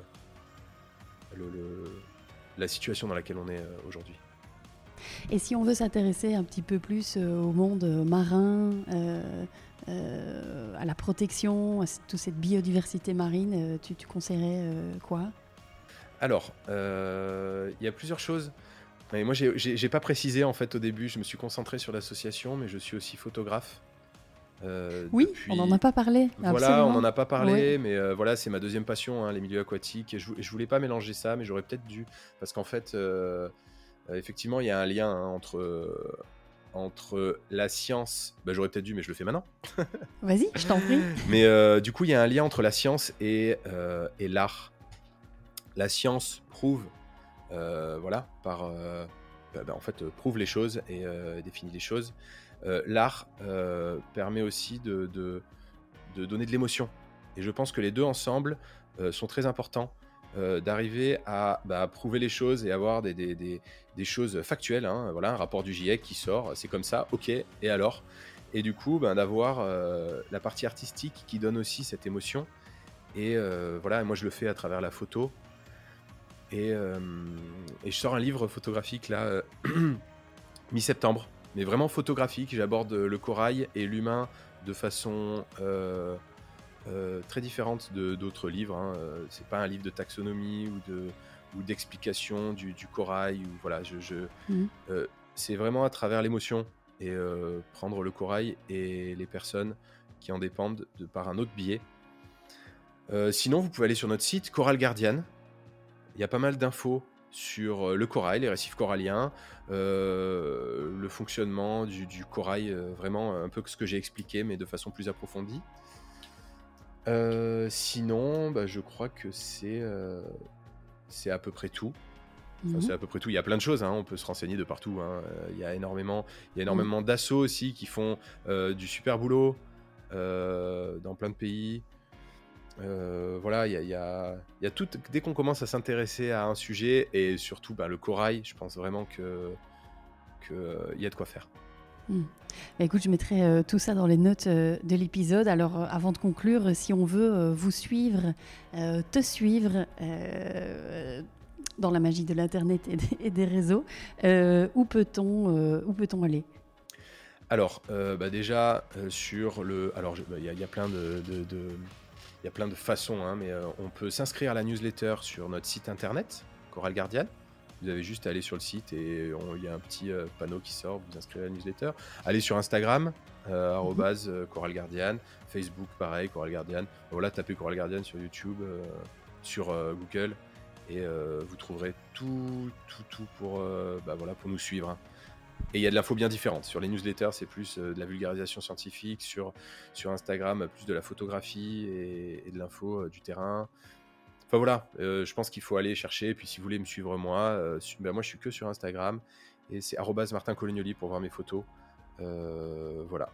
la situation dans laquelle on est aujourd'hui. Et si on veut s'intéresser un petit peu plus au monde marin, à la protection, à toute cette biodiversité marine, tu conseillerais quoi? Alors, il y a plusieurs choses. Et moi, j'ai pas précisé, en fait, au début. Je me suis concentré sur l'association, mais je suis aussi photographe Oui, on n'en a depuis... pas parlé, Voilà, on absolument. n'en a pas Oui. parlé, mais voilà, c'est ma deuxième passion, hein, les milieux aquatiques. Et je voulais pas mélanger ça, mais j'aurais peut-être dû. Parce qu'en fait, effectivement, il y a un lien, hein, entre la science... Bah, j'aurais peut-être dû, mais je le fais maintenant. Vas-y, je t'en prie. Mais du coup, il y a un lien entre la science et l'art. La science prouve, voilà, en fait, prouve les choses et définit les choses. L'art permet aussi de donner de l'émotion. Et je pense que les deux ensemble sont très importants, d'arriver à prouver les choses et avoir des choses factuelles, hein. Voilà, un rapport du GIEC qui sort, c'est comme ça, ok, et alors? Et du coup, d'avoir la partie artistique qui donne aussi cette émotion. Et voilà, moi je le fais à travers la photo. Et je sors un livre photographique là, mi-septembre, mais vraiment photographique. J'aborde le corail et l'humain de façon très différente d'autres livres, hein. C'est pas un livre de taxonomie ou d'explication du corail. Ou, voilà, Mhm. c'est vraiment à travers l'émotion et prendre le corail et les personnes qui en dépendent par un autre biais. Sinon, vous pouvez aller sur notre site Coral Guardian. Il y a pas mal d'infos sur le corail, les récifs coralliens, le fonctionnement du corail, vraiment un peu ce que j'ai expliqué, mais de façon plus approfondie. Sinon, je crois que c'est à peu près tout. Enfin, Mhm. c'est à peu près tout. Il y a plein de choses, hein, on peut se renseigner de partout, hein. Il y a énormément Mhm. d'assauts aussi qui font du super boulot dans plein de pays. Voilà, il y a tout. Dès qu'on commence à s'intéresser à un sujet, et surtout le corail, je pense vraiment que y a de quoi faire. Hmm. Bah, écoute, je mettrai tout ça dans les notes de l'épisode. Alors, avant de conclure, si on veut vous suivre, te suivre dans la magie de l'Internet et des réseaux, où peut-on aller? Alors, déjà, sur le alors il y a plein il y a plein de façons, hein, mais on peut s'inscrire à la newsletter sur notre site internet, Coral Guardian. Vous avez juste à aller sur le site et il y a un petit panneau qui sort, vous inscrivez à la newsletter. Allez sur Instagram, Mhm. Coral Guardian. Facebook, pareil, Coral Guardian. Voilà, tapez Coral Guardian sur YouTube, sur Google, et vous trouverez tout pour, pour nous suivre, hein. Et il y a de l'info bien différente. Sur les newsletters, c'est plus de la vulgarisation scientifique. Sur Instagram, plus de la photographie et de l'info du terrain. Enfin voilà, je pense qu'il faut aller chercher. Et puis si vous voulez me suivre moi, moi je suis que sur Instagram. Et c'est @martincolignoli pour voir mes photos. Voilà.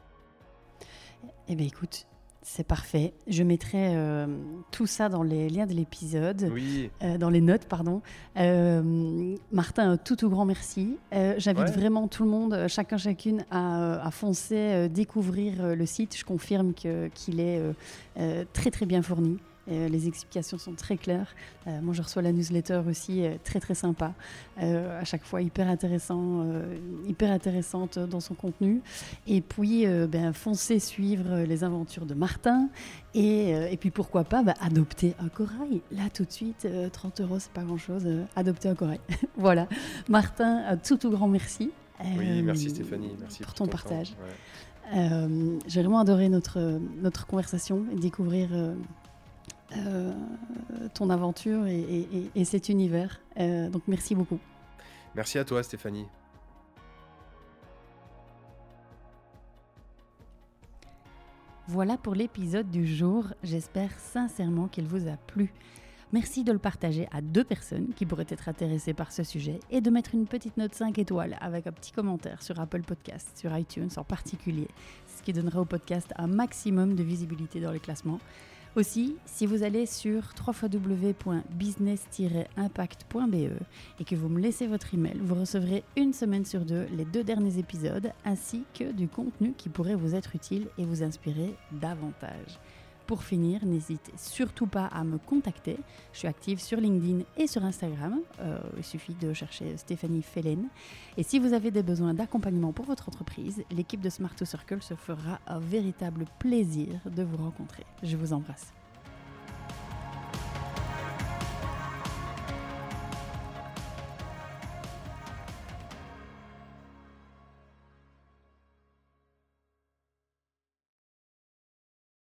Eh bien, écoute, c'est parfait. Je mettrai tout ça dans les liens de l'épisode, Oui, dans les notes, pardon. Martin, un tout grand merci. J'invite ouais. vraiment tout le monde, chacun, chacune, à foncer, découvrir le site. Je confirme qu'il est très, très bien fourni. Les explications sont très claires. Moi, je reçois la newsletter aussi, très très sympa. À chaque fois, hyper intéressante dans son contenu. Et puis, foncez suivre les aventures de Martin. Et puis, pourquoi pas adopter un corail. Là, tout de suite, 30 €, c'est pas grand-chose. Adopter un corail. Voilà. Martin, un tout grand merci. Oui, merci Stéphanie, merci Pour pour ton ton temps. partage. Ouais. J'ai vraiment adoré notre conversation et découvrir ton aventure et cet univers. Donc merci beaucoup. Merci à toi Stéphanie. Voilà pour l'épisode du jour. J'espère sincèrement qu'il vous a plu. Merci de le partager à 2 personnes qui pourraient être intéressées par ce sujet et de mettre une petite note 5 étoiles avec un petit commentaire sur Apple Podcasts, sur iTunes en particulier, ce qui donnera au podcast un maximum de visibilité dans les classements. Aussi, si vous allez sur www.business-impact.be et que vous me laissez votre email, vous recevrez une semaine sur 2 les 2 derniers épisodes ainsi que du contenu qui pourrait vous être utile et vous inspirer davantage. Pour finir, n'hésitez surtout pas à me contacter. Je suis active sur LinkedIn et sur Instagram. Il suffit de chercher Stéphanie Fellen. Et si vous avez des besoins d'accompagnement pour votre entreprise, l'équipe de Smart2Circle se fera un véritable plaisir de vous rencontrer. Je vous embrasse.